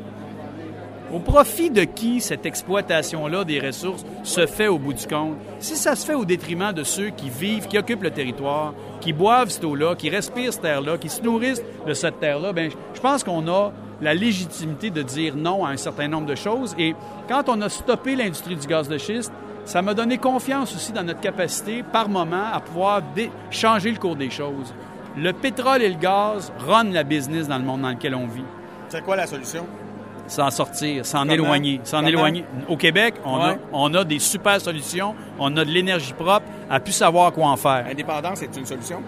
au profit de qui cette exploitation-là des ressources se fait au bout du compte? Si ça se fait au détriment de ceux qui vivent, qui occupent le territoire, qui boivent cette eau-là, qui respirent cette terre-là, qui se nourrissent de cette terre-là, bien, je pense qu'on a la légitimité de dire non à un certain nombre de choses. Et quand on a stoppé l'industrie du gaz de schiste, ça m'a donné confiance aussi dans notre capacité, par moment, à pouvoir changer le cours des choses. Le pétrole et le gaz runnent la business dans le monde dans lequel on vit. C'est quoi la solution? S'en sortir, s'en éloigner. Au Québec, on a des super solutions, on a de l'énergie propre, à plus savoir quoi en faire. L'indépendance, c'est une solution?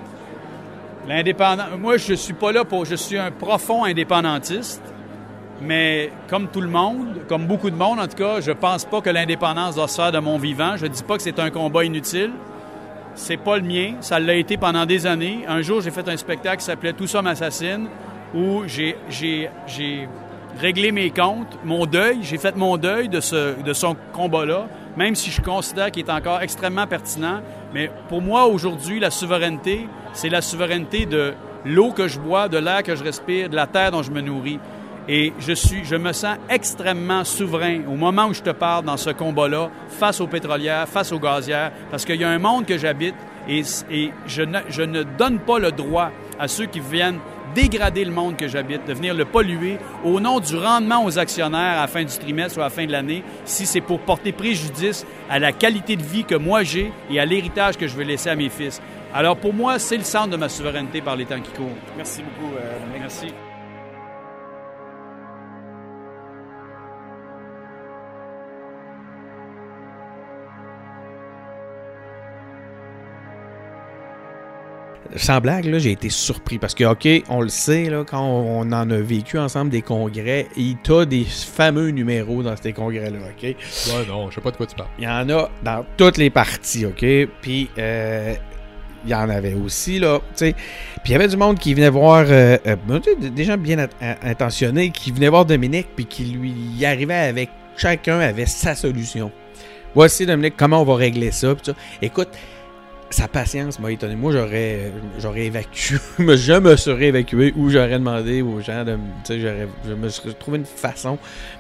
Moi, je suis pas là je suis un profond indépendantiste. Mais comme tout le monde, comme beaucoup de monde en tout cas, je pense pas que l'indépendance doit se faire de mon vivant. Je dis pas que c'est un combat inutile. C'est pas le mien. Ça l'a été pendant des années. Un jour, j'ai fait un spectacle qui s'appelait « Tout ça m'assassine » où j'ai réglé mes comptes, mon deuil. J'ai fait mon deuil de son combat-là, même si je considère qu'il est encore extrêmement pertinent. Mais pour moi, aujourd'hui, la souveraineté, c'est la souveraineté de l'eau que je bois, de l'air que je respire, de la terre dont je me nourris. Et je me sens extrêmement souverain au moment où je te parle dans ce combat-là, face aux pétrolières, face aux gazières, parce qu'il y a un monde que j'habite et je ne donne pas le droit à ceux qui viennent dégrader le monde que j'habite, de venir le polluer au nom du rendement aux actionnaires à la fin du trimestre ou à la fin de l'année, si c'est pour porter préjudice à la qualité de vie que moi j'ai et à l'héritage que je veux laisser à mes fils. Alors pour moi, c'est le centre de ma souveraineté par les temps qui courent. Merci beaucoup, Dominique. Merci. sans blague, là, j'ai été surpris parce que, OK, on le sait, là, quand on en a vécu ensemble des congrès, il y a des fameux numéros dans ces congrès-là, OK? Ouais, non, je sais pas de quoi tu parles. Il y en a dans toutes les parties, OK? Puis, il y en avait aussi, là, tu sais. Puis, il y avait du monde qui venait voir, des gens bien intentionnés, qui venaient voir Dominique, puis qui lui y arrivaient avec, chacun avait sa solution. Voici, Dominique, comment on va régler ça, puis ça. Écoute, sa patience m'a étonné. Moi, j'aurais évacué, je me serais évacué ou j'aurais demandé aux gens de me serais trouvé une façon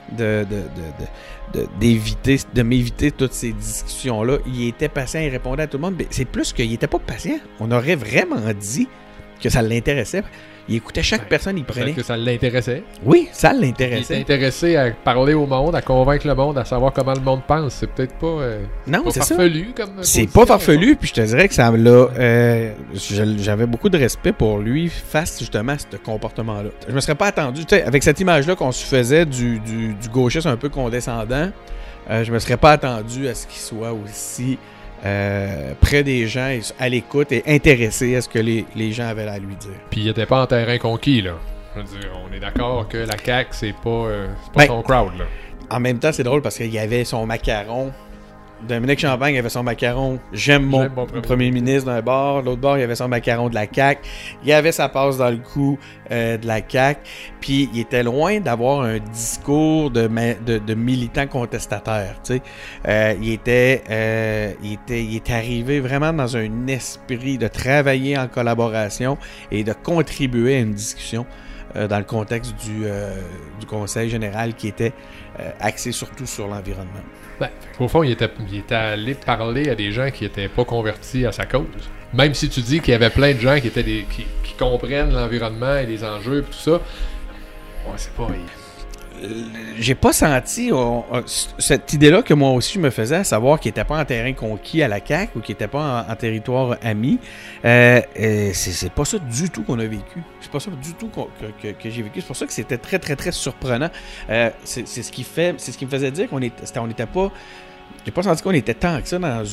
de m'éviter toutes ces discussions-là. Il était patient, il répondait à tout le monde, mais c'est plus qu'il était pas patient. On aurait vraiment dit que ça l'intéressait. Il écoutait chaque personne, il prenait. Que ça l'intéressait. Oui, ça l'intéressait. Il était intéressé à parler au monde, à convaincre le monde, à savoir comment le monde pense. C'est peut-être pas, non, c'est farfelu ça. Comme c'est pas farfelu, puis je te dirais que ça l'a. J'avais beaucoup de respect pour lui face justement à ce comportement-là. Je me serais pas attendu, tu sais, avec cette image-là qu'on se faisait du gauchiste un peu condescendant, je me serais pas attendu à ce qu'il soit aussi près des gens, à l'écoute et intéressé à ce que les gens avaient à lui dire. Puis il était pas en terrain conquis, là. Je veux dire, on est d'accord que la CAQ, c'est pas son crowd, là. En même temps, c'est drôle parce qu'il y avait son macaron. Dominique Champagne avait son macaron « J'aime mon premier ministre » d'un bord. L'autre bord, il y avait son macaron de la CAQ. Il y avait sa passe dans le cou de la CAQ. Puis il était loin d'avoir un discours de militant contestataire. Tu sais. Il était arrivé vraiment dans un esprit de travailler en collaboration et de contribuer à une discussion dans le contexte du Conseil général qui était axé surtout sur l'environnement. Ben, au fond, il était allé parler à des gens qui n'étaient pas convertis à sa cause. Même si tu dis qu'il y avait plein de gens qui comprennent l'environnement et les enjeux et tout ça, ouais, c'est pas... J'ai pas senti cette idée-là que moi aussi je me faisais, à savoir qu'il n'était pas en terrain conquis à la CAQ ou qu'il n'était pas en territoire ami. C'est pas ça du tout qu'on a vécu. C'est pas ça du tout que j'ai vécu. C'est pour ça que c'était très, très, très surprenant. C'est ce qui me faisait dire qu'on n'était pas... J'ai pas senti qu'on était tant que ça dans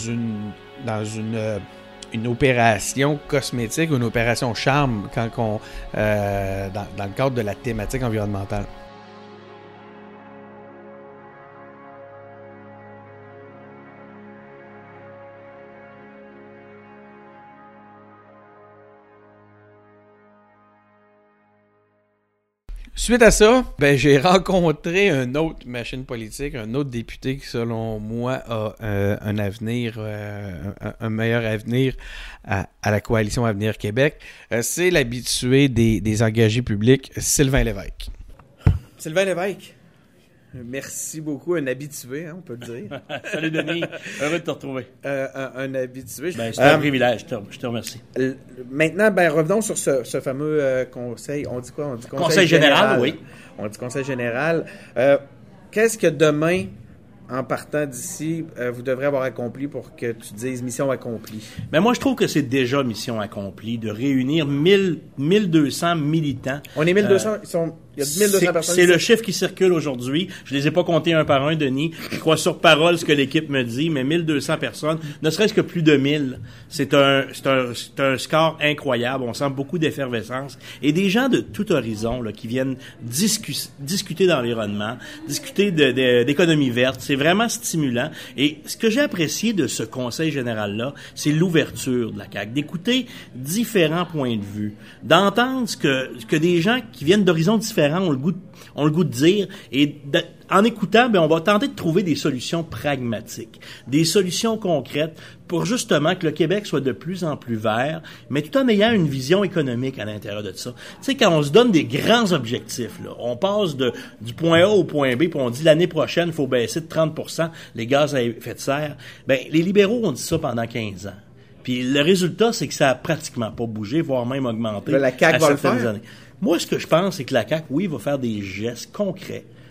une opération cosmétique ou une opération charme dans le cadre de la thématique environnementale. Suite à ça, j'ai rencontré une autre machine politique, un autre député qui, selon moi, a un avenir, un meilleur avenir à la coalition Avenir Québec. C'est l'habitué des engagés publics, Sylvain Lévesque. Sylvain Lévesque, merci beaucoup, un habitué, hein, on peut le dire. Salut Denis, heureux de te retrouver. Un habitué. C'est un privilège, je te remercie. Maintenant, revenons sur ce fameux conseil. On dit quoi? On dit conseil général, oui. On dit conseil général. Qu'est-ce que demain, en partant d'ici, vous devrez avoir accompli pour que tu dises mission accomplie? Mais moi, je trouve que c'est déjà mission accomplie de réunir 1200 militants. On est 1200, il y a 1200 personnes. C'est le chiffre qui circule aujourd'hui. Je les ai pas comptés un par un, Denis. Je crois sur parole ce que l'équipe me dit, mais 1200 personnes, ne serait-ce que plus de 1000. C'est un score incroyable. On sent beaucoup d'effervescence. Et des gens de tout horizon, là, qui viennent discuter d'environnement, discuter d'économie verte. C'est vraiment stimulant. Et ce que j'ai apprécié de ce conseil général-là, c'est l'ouverture de la CAQ, d'écouter différents points de vue, d'entendre ce que des gens qui viennent d'horizons différents ont le goût de dire, et en écoutant, on va tenter de trouver des solutions pragmatiques, des solutions concrètes pour justement que le Québec soit de plus en plus vert, mais tout en ayant une vision économique à l'intérieur de ça. Tu sais, quand on se donne des grands objectifs, là, on passe du point A au point B, puis on dit l'année prochaine, il faut baisser de 30% les gaz à effet de serre. Les libéraux ont dit ça pendant 15 ans. Puis le résultat, c'est que ça a pratiquement pas bougé, voire même augmenté. La CAQ va le faire. Années. Moi, ce que je pense, c'est que la CAQ, oui, va faire des gestes concrets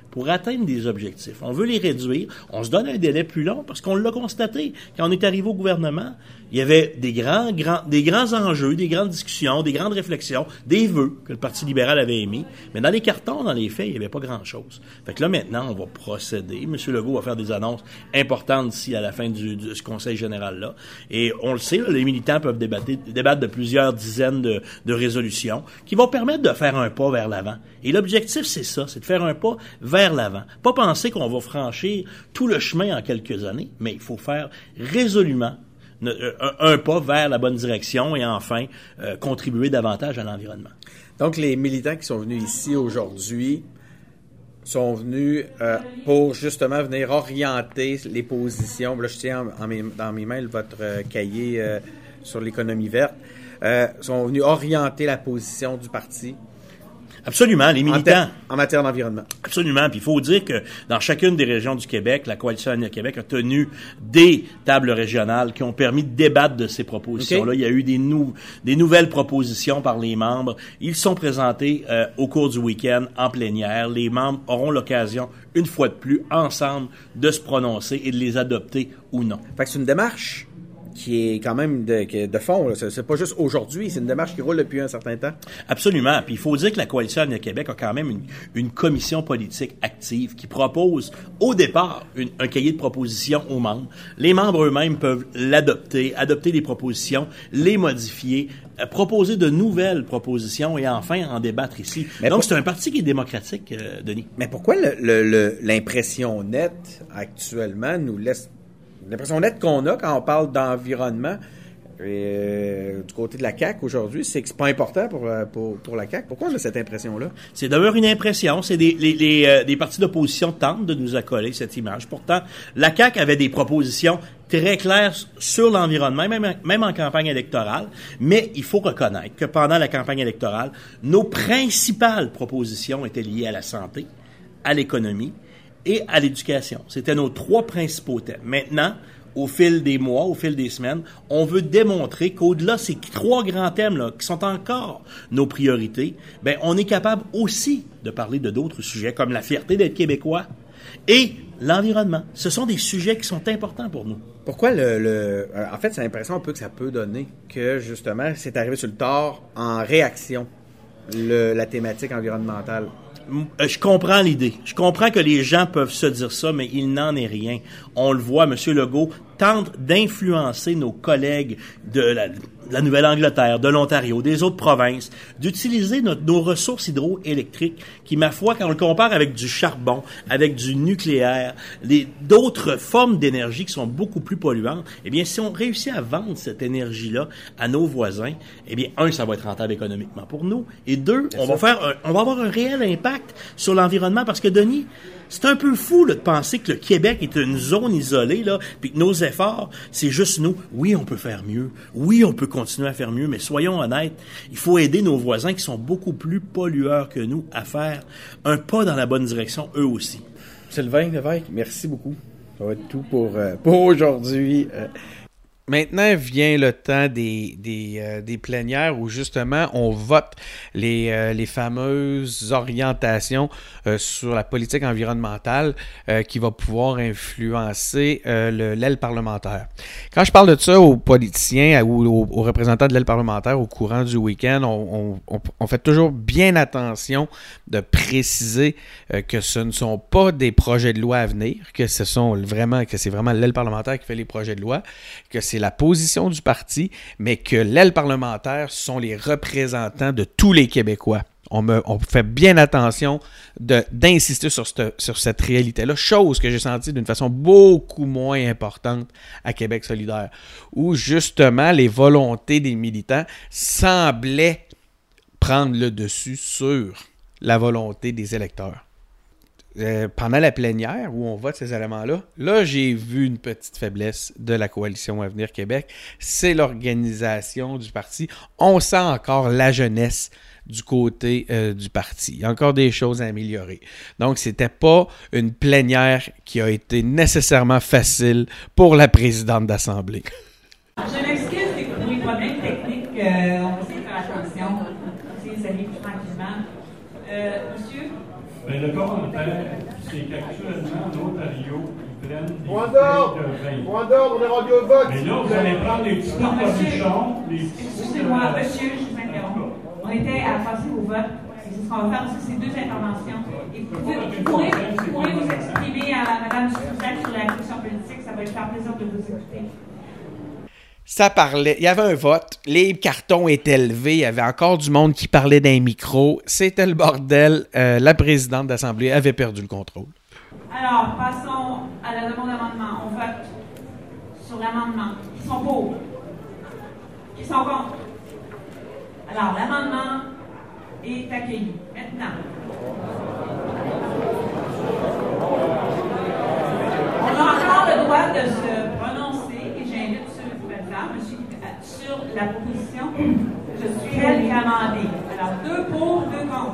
pour atteindre des objectifs. On veut les réduire. On se donne un délai plus long parce qu'on l'a constaté. Quand on est arrivé au gouvernement, il y avait des grands enjeux, des grandes discussions, des grandes réflexions, des vœux que le Parti libéral avait émis. Mais dans les cartons, dans les faits, il n'y avait pas grand-chose. Fait que là, maintenant, on va procéder. M. Legault va faire des annonces importantes d'ici à la fin de ce Conseil général-là. Et on le sait, là, les militants peuvent débattre de plusieurs dizaines de résolutions qui vont permettre de faire un pas vers l'avant. Et l'objectif, c'est ça, c'est de faire un pas vers l'avant. Pas penser qu'on va franchir tout le chemin en quelques années, mais il faut faire résolument un pas vers la bonne direction et enfin contribuer davantage à l'environnement. Donc, les militants qui sont venus ici aujourd'hui sont venus pour justement venir orienter les positions. Là, je tiens dans mes mains votre cahier sur l'économie verte. Sont venus orienter la position du parti. Absolument, les militants. En matière d'environnement. Absolument. Puis il faut dire que dans chacune des régions du Québec, la Coalition Avenir Québec a tenu des tables régionales qui ont permis de débattre de ces propositions-là. Okay. Il y a eu des nouvelles propositions par les membres. Ils sont présentés au cours du week-end en plénière. Les membres auront l'occasion, une fois de plus, ensemble, de se prononcer et de les adopter ou non. Fait que c'est une démarche qui est quand même de fond. Là. C'est pas juste aujourd'hui, c'est une démarche qui roule depuis un certain temps. Absolument. Puis il faut dire que la Coalition Avenir Québec a quand même une commission politique active qui propose au départ un cahier de propositions aux membres. Les membres eux-mêmes peuvent l'adopter, adopter les propositions, les modifier, proposer de nouvelles propositions et enfin en débattre ici. Donc c'est un parti qui est démocratique, Denis. Mais pourquoi l'impression nette actuellement nous laisse... L'impression nette qu'on a quand on parle d'environnement du côté de la CAQ aujourd'hui, c'est que c'est pas important pour la CAQ. Pourquoi on a cette impression-là? C'est d'abord une impression. C'est des partis d'opposition tentent de nous accoler cette image. Pourtant, la CAQ avait des propositions très claires sur l'environnement, même en campagne électorale. Mais il faut reconnaître que pendant la campagne électorale, nos principales propositions étaient liées à la santé, à l'économie et à l'éducation. C'était nos 3 principaux thèmes. Maintenant, au fil des mois, au fil des semaines, on veut démontrer qu'au-delà de ces 3 grands thèmes-là, qui sont encore nos priorités, on est capable aussi de parler de d'autres sujets, comme la fierté d'être québécois et l'environnement. Ce sont des sujets qui sont importants pour nous. Pourquoi en fait, c'est l'impression un peu que ça peut donner que, justement, c'est arrivé sur le tard en réaction, la thématique environnementale. Je comprends l'idée. Je comprends que les gens peuvent se dire ça, mais il n'en est rien. On le voit, M. Legault tente d'influencer nos collègues de la Nouvelle-Angleterre, de l'Ontario, des autres provinces, d'utiliser nos ressources hydroélectriques qui, ma foi, quand on le compare avec du charbon, avec du nucléaire, d'autres formes d'énergie qui sont beaucoup plus polluantes, eh bien, si on réussit à vendre cette énergie-là à nos voisins, eh bien, 1, ça va être rentable économiquement pour nous, et 2, on va avoir un réel impact sur l'environnement parce que, Denis, c'est un peu fou là, de penser que le Québec est une zone isolée, là, puis que nos efforts, c'est juste nous. Oui, on peut faire mieux. Oui, on peut continuer à faire mieux, mais soyons honnêtes, il faut aider nos voisins qui sont beaucoup plus pollueurs que nous à faire un pas dans la bonne direction, eux aussi. Sylvain Lévesque, merci beaucoup. Ça va être tout pour aujourd'hui. Maintenant vient le temps des plénières où justement on vote les fameuses orientations sur la politique environnementale qui va pouvoir influencer l'aile parlementaire. Quand je parle de ça aux politiciens ou aux représentants de l'aile parlementaire au courant du week-end, on fait toujours bien attention de préciser que ce ne sont pas des projets de loi à venir, que c'est vraiment l'aile parlementaire qui fait les projets de loi, que c'est la position du parti, mais que l'aile parlementaire sont les représentants de tous les Québécois. On fait bien attention d'insister sur cette réalité-là, chose que j'ai sentie d'une façon beaucoup moins importante à Québec solidaire, où justement les volontés des militants semblaient prendre le dessus sur la volonté des électeurs. Pendant la plénière où on vote ces éléments-là, là, j'ai vu une petite faiblesse de la Coalition Avenir Québec. C'est l'organisation du parti. On sent encore la jeunesse du côté du parti. Il y a encore des choses à améliorer. Donc, c'était pas une plénière qui a été nécessairement facile pour la présidente d'Assemblée. Je m'excuse des problèmes techniques. On va essayer de faire attention. Si ça arrive tranquillement. Monsieur? Le commentaire c'est qu'actuellement, en Ontario, ils prennent des Point d'ordre! de vin. Point d'ordre, on est rendu au vote! Mais là, vous allez prendre les petits coups de cornichon, les petits coups de... Excusez-moi, monsieur, je vous interromps. On était à passer au vote. Et c'est ce qu'on va faire aussi, ces deux interventions. Et vous pourrez vous exprimer à Mme Suzanne sur la question politique. Ça va lui faire plaisir de vous écouter. Ça parlait. Il y avait un vote. Les cartons étaient levés. Il y avait encore du monde qui parlait d'un micro. C'était le bordel. La présidente d'Assemblée avait perdu le contrôle. Alors, passons à la demande d'amendement. On vote sur l'amendement. Qui sont pour? Qui sont contre? Alors, l'amendement est accueilli. Maintenant, on a encore le droit de se prononcer et j'invite ceux qui veulent faire, monsieur, sur la proposition. Je suis elle qui a amendé. Alors, 2 pour, 2 contre.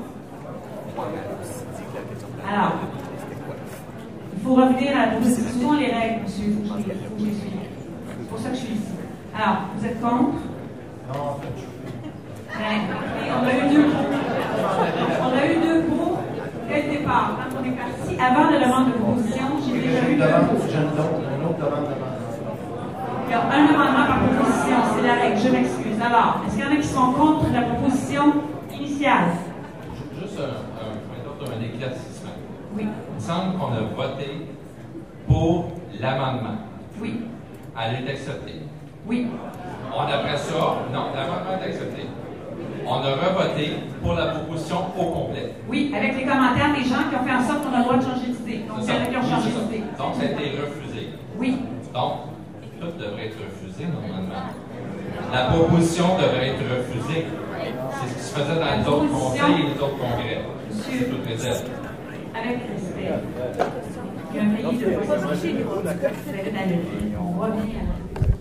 Alors, il faut revenir à la proposition, les règles, monsieur. Il faut que je les suive. C'est pour ça que je suis ici. Alors, vous êtes contre? Non, en fait, je suis... Et on a eu 2 pour. On a eu 2 pour. Dès le départ, quand on est parti, avant la demande de proposition, j'ai déjà eu 2 pour. J'ai un autre demande d'amendement. Il y a un amendement par proposition, c'est la règle, je m'excuse. Alors, est-ce qu'il y en a qui sont contre la proposition initiale? Juste un point d'ordre, un éclaircissement. Oui. Il me semble qu'on a voté pour l'amendement. Oui. Elle est acceptée. Oui. Après ça, non, l'amendement est accepté. On a revoté pour la proposition au complet. Oui, avec les commentaires des gens qui ont fait en sorte qu'on a le droit de changer d'idée. Donc, il y en a qui ont changé d'idée. Donc, ça a été refusé. Oui. Donc, tout devrait être refusé, normalement. La proposition devrait être refusée. C'est ce qui se faisait dans les autres conseils et les autres congrès. Monsieur, toute réserve. avec respect, il y a un pays de possibilités. On revient à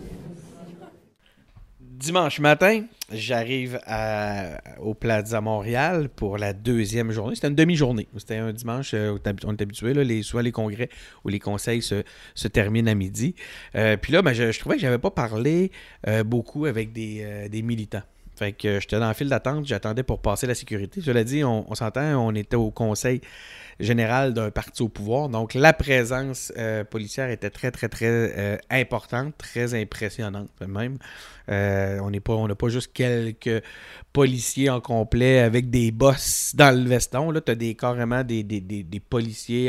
Dimanche matin, j'arrive au Plaza Montréal pour la 2e journée. C'était une demi-journée. C'était un dimanche, on est habitué, là, soit les congrès ou les conseils se terminent à midi. Puis là, je trouvais que je n'avais pas parlé beaucoup avec des militants. Fait que j'étais dans le file d'attente, j'attendais pour passer la sécurité. Cela dit, on s'entend, on était au conseil général d'un parti au pouvoir. Donc, la présence policière était très, très, très importante, très impressionnante même. On n'a pas juste quelques policiers en complet avec des bosses dans le veston. Là, tu as carrément des policiers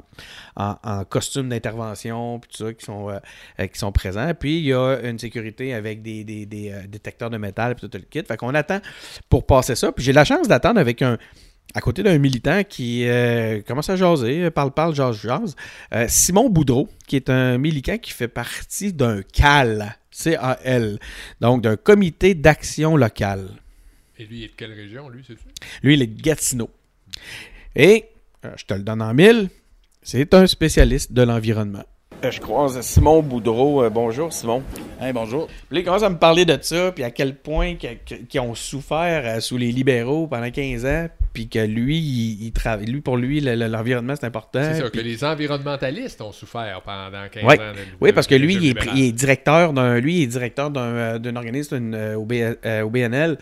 en costume d'intervention puis tout ça, qui sont présents. Puis, il y a une sécurité avec des détecteurs de métal puis tout le kit. Fait qu'on attend pour passer ça. Puis, j'ai la chance d'attendre avec à côté d'un militant qui commence à jaser, parle, jase. Simon Boudreau, qui est un militant qui fait partie d'un CAL, C-A-L, donc d'un comité d'action locale. Et lui, il est de quelle région, lui, c'est-tu? Lui, il est de Gatineau. Et, je te le donne en mille, c'est un spécialiste de l'environnement. Je croise Simon Boudreau. Bonjour, Simon. Hey, bonjour. Puis il commence à me parler de ça, puis à quel point qu'ils ont souffert sous les libéraux pendant 15 ans, puis que lui, pour lui, l'environnement, c'est important. C'est ça, puis... que les environnementalistes ont souffert pendant 15 ouais. ans. Oui, parce que lui, il est directeur d'un organisme au BNL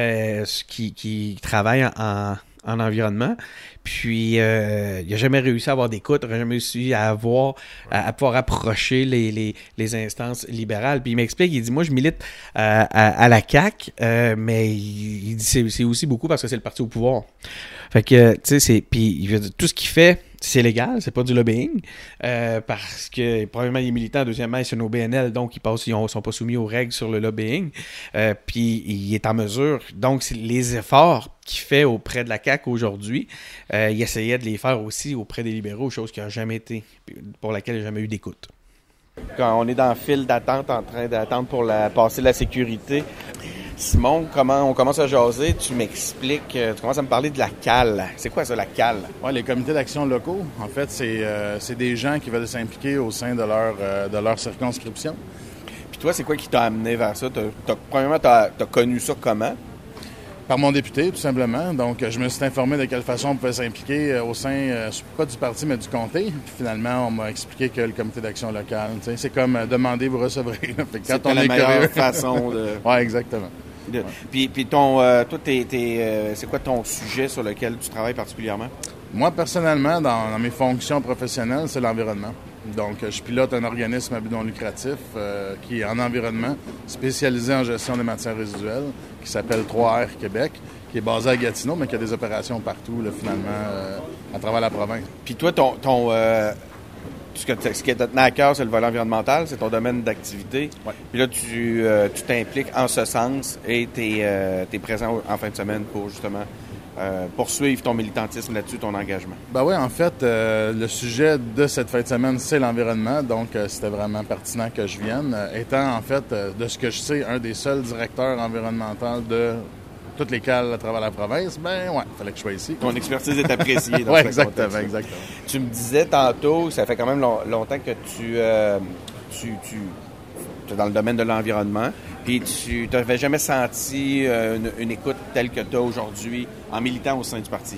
qui travaille en environnement. Puis, il n'a jamais réussi à avoir d'écoute, il n'a jamais réussi à pouvoir approcher les instances libérales. Puis, il m'explique, il dit, moi, je milite à la CAQ, mais il dit, c'est aussi beaucoup parce que c'est le parti au pouvoir. Fait que, tu sais, puis il veut dire, tout ce qu'il fait, c'est légal, c'est pas du lobbying, parce que, premièrement, il est militant, deuxièmement, ils sont au BNL, donc ils sont pas soumis aux règles sur le lobbying, puis il est en mesure, donc les efforts qu'il fait auprès de la CAQ aujourd'hui, il essayait de les faire aussi auprès des libéraux, chose qui n'a jamais été, pour laquelle il n'a jamais eu d'écoute. Quand on est dans le fil d'attente, en train d'attendre pour passer la sécurité, Simon, comment on commence à jaser, tu m'expliques, tu commences à me parler de la CAL. C'est quoi ça, la CAL? Oui, les comités d'action locaux, en fait, c'est des gens qui veulent s'impliquer au sein de leur circonscription. Puis toi, c'est quoi qui t'a amené vers ça? Premièrement, t'as connu ça comment? Par mon député, tout simplement. Donc, je me suis informé de quelle façon on pouvait s'impliquer au sein, pas du parti, mais du comté. Puis finalement, on m'a expliqué que le comité d'action locale, c'est comme demander, vous recevrez. C'était la meilleure façon de... Oui, exactement. Puis toi, c'est quoi ton sujet sur lequel tu travailles particulièrement? Moi, personnellement, dans mes fonctions professionnelles, c'est l'environnement. Donc, je pilote un organisme à but non lucratif qui est en environnement, spécialisé en gestion des matières résiduelles, qui s'appelle 3R Québec, qui est basé à Gatineau, mais qui a des opérations partout, là, finalement, à travers la province. Puis toi, ce qui te tenait à cœur, c'est le volet environnemental, c'est ton domaine d'activité. Ouais. Puis là, tu t'impliques en ce sens et tu es présent en fin de semaine pour justement poursuivre ton militantisme là-dessus, ton engagement. Ben oui, en fait, le sujet de cette fin de semaine, c'est l'environnement, donc c'était vraiment pertinent que je vienne. Étant, en fait, de ce que je sais, un des seuls directeurs environnementaux de toutes les cales à travers la province, ben ouais, il fallait que je sois ici. Ton expertise est appréciée dans ouais, ce exactement. Tu me disais tantôt, ça fait quand même longtemps que tu es dans le domaine de l'environnement, puis tu n'avais jamais senti une écoute telle que tu as aujourd'hui en militant au sein du parti.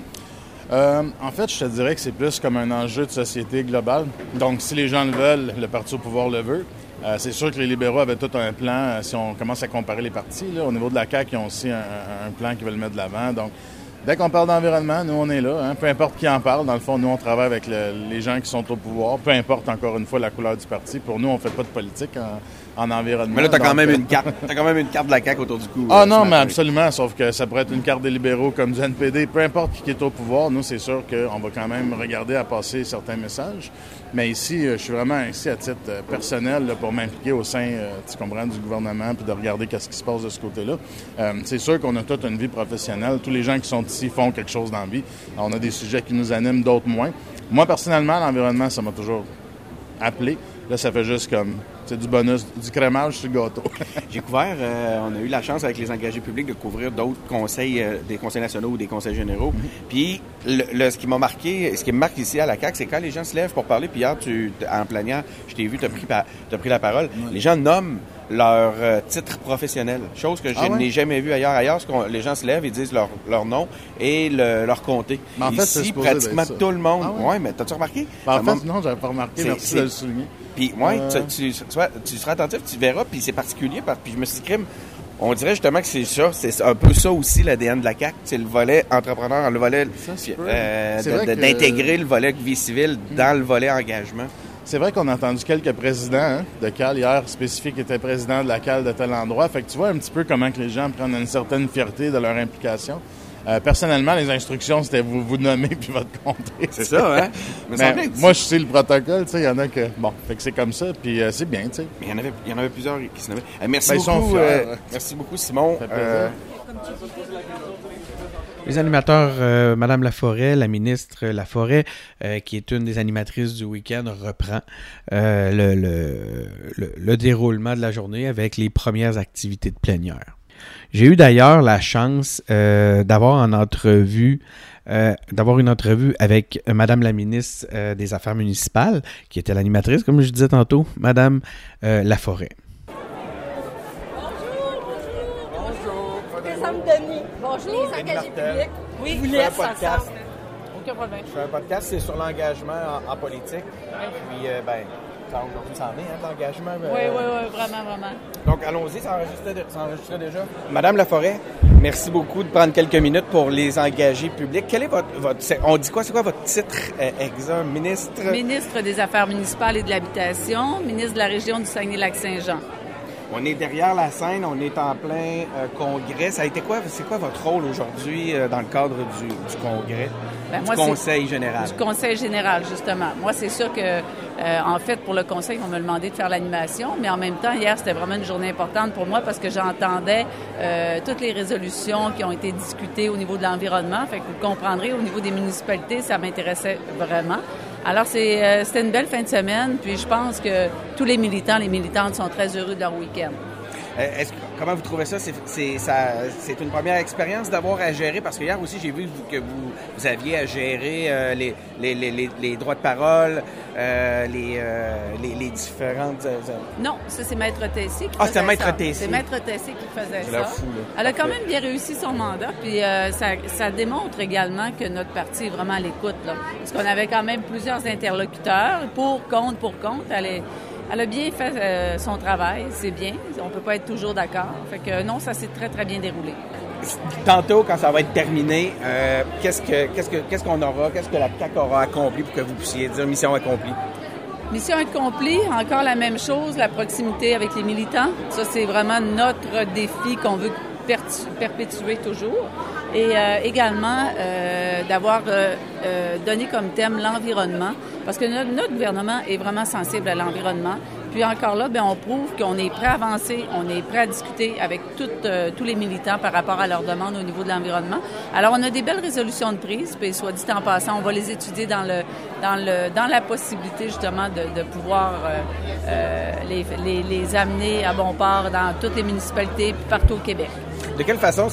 En fait, je te dirais que c'est plus comme un enjeu de société globale. Donc, si les gens le veulent, le parti au pouvoir le veut. C'est sûr que les libéraux avaient tout un plan, si on commence à comparer les partis. Là, au niveau de la CAQ, ils ont aussi un plan qu'ils veulent mettre de l'avant. Donc, dès qu'on parle d'environnement, nous, on est là. Hein, peu importe qui en parle. Dans le fond, nous, on travaille avec les gens qui sont au pouvoir. Peu importe, encore une fois, la couleur du parti. Pour nous, on fait pas de politique en environnement. Mais là, tu as quand même une carte. T'as quand même une carte de la CAQ autour du cou. Ah non, mais absolument. Sauf que ça pourrait être une carte des libéraux comme du NPD. Peu importe qui est au pouvoir, nous, c'est sûr qu'on va quand même regarder à passer certains messages. Mais ici, je suis vraiment ici à titre personnel là, pour m'impliquer au sein, tu comprends, du gouvernement puis de regarder qu'est-ce qui se passe de ce côté-là. C'est sûr qu'on a toute une vie professionnelle. Tous les gens qui sont ici font quelque chose dans la vie. Alors, on a des sujets qui nous animent, d'autres moins. Moi, personnellement, l'environnement, ça m'a toujours appelé. Là, ça fait juste comme, c'est du bonus, du crémage sur le gâteau. J'ai couvert, on a eu la chance avec les engagés publics de couvrir d'autres conseils, des conseils nationaux ou des conseils généraux. Puis, ce qui m'a marqué, ce qui me marque ici à la CAQ, c'est quand les gens se lèvent pour parler, puis hier, en planière, je t'ai vu, t'as pris la parole, les gens nomment leur titre professionnel, chose que je n'ai jamais vue ailleurs. Les gens se lèvent et disent leur nom et leur comté. Mais en fait, ici, pratiquement tout le monde... Ouais, mais t'as-tu remarqué? En fait, non, j'avais pas remarqué. Merci de le souligner. Puis, tu seras attentif, tu verras, puis c'est particulier. Puis je me suis dit, on dirait justement que c'est ça, c'est un peu ça aussi l'ADN de la CAQ, c'est le volet entrepreneur, le volet d'intégrer le volet vie civile dans le volet engagement. C'est vrai qu'on a entendu quelques présidents de CAL hier spécifiques qui étaient présidents de la CAL de tel endroit. Fait que tu vois un petit peu comment que les gens prennent une certaine fierté de leur implication. Personnellement, les instructions, c'était vous nommer puis votre comté. C'est ça, hein? Mais moi, je sais le protocole, tu sais, il y en a que... Bon, fait que c'est comme ça, puis c'est bien, tu sais. Mais il y en avait plusieurs qui se nommaient. Merci beaucoup, merci beaucoup, Simon. Ça fait plaisir. Les animateurs, Madame Laforêt, la ministre Laforêt, qui est une des animatrices du week-end, reprend le déroulement de la journée avec les premières activités de plénière. J'ai eu d'ailleurs la chance d'avoir une entrevue avec Madame la ministre des Affaires municipales, qui était l'animatrice, comme je disais tantôt, Madame Laforêt. Bonjour, les engagés publics. Oui, vous laissez ensemble. Aucun problème. Je fais un podcast, c'est sur l'engagement en politique. Puis, aujourd'hui, ça en est, l'engagement. Oui, vraiment. Donc, allons-y, ça enregistre déjà. Madame Laforêt, merci beaucoup de prendre quelques minutes pour les engagés publics. Quel est votre on dit quoi? C'est quoi votre titre exact? Ministre des Affaires municipales et de l'Habitation, ministre de la région du Saguenay-Lac-Saint-Jean. On est derrière la scène, on est en plein congrès. Ça a été quoi? C'est quoi votre rôle aujourd'hui dans le cadre du congrès? Conseil général? Du Conseil général, justement. Moi, c'est sûr que, en fait, pour le Conseil, on m'a demandé de faire l'animation, mais en même temps, hier, c'était vraiment une journée importante pour moi parce que j'entendais toutes les résolutions qui ont été discutées au niveau de l'environnement. Fait que vous comprendrez, au niveau des municipalités, ça m'intéressait vraiment. Alors, c'était une belle fin de semaine, puis je pense que tous les militants, les militantes sont très heureux de leur week-end. Comment vous trouvez ça? C'est une première expérience d'avoir à gérer, parce que hier aussi, j'ai vu que vous aviez à gérer les droits de parole, les différentes... Non, ça, c'est Maître Tessier qui faisait ça. C'est Maître Tessier. C'est Maître Tessier qui faisait ça. La fou, là. Elle a quand même bien réussi son mandat, puis ça démontre également que notre parti est vraiment à l'écoute, là. Parce qu'on avait quand même plusieurs interlocuteurs, pour, contre. Elle a bien fait son travail, c'est bien. On peut pas être toujours d'accord. Fait que non, ça s'est très, très bien déroulé. tantôt, quand ça va être terminé, qu'est-ce qu'on aura, qu'est-ce que la CAQ aura accompli pour que vous puissiez dire mission accomplie? Mission accomplie, encore la même chose, la proximité avec les militants. Ça, c'est vraiment notre défi qu'on veut perpétuer toujours. Et également d'avoir donné comme thème l'environnement, parce que notre gouvernement est vraiment sensible à l'environnement. Puis encore là, on prouve qu'on est prêt à avancer, on est prêt à discuter avec tous les militants par rapport à leurs demandes au niveau de l'environnement. Alors, on a des belles résolutions de prise, puis soit dit en passant, on va les étudier dans la possibilité justement de pouvoir les amener à bon port dans toutes les municipalités puis partout au Québec. De quelle façon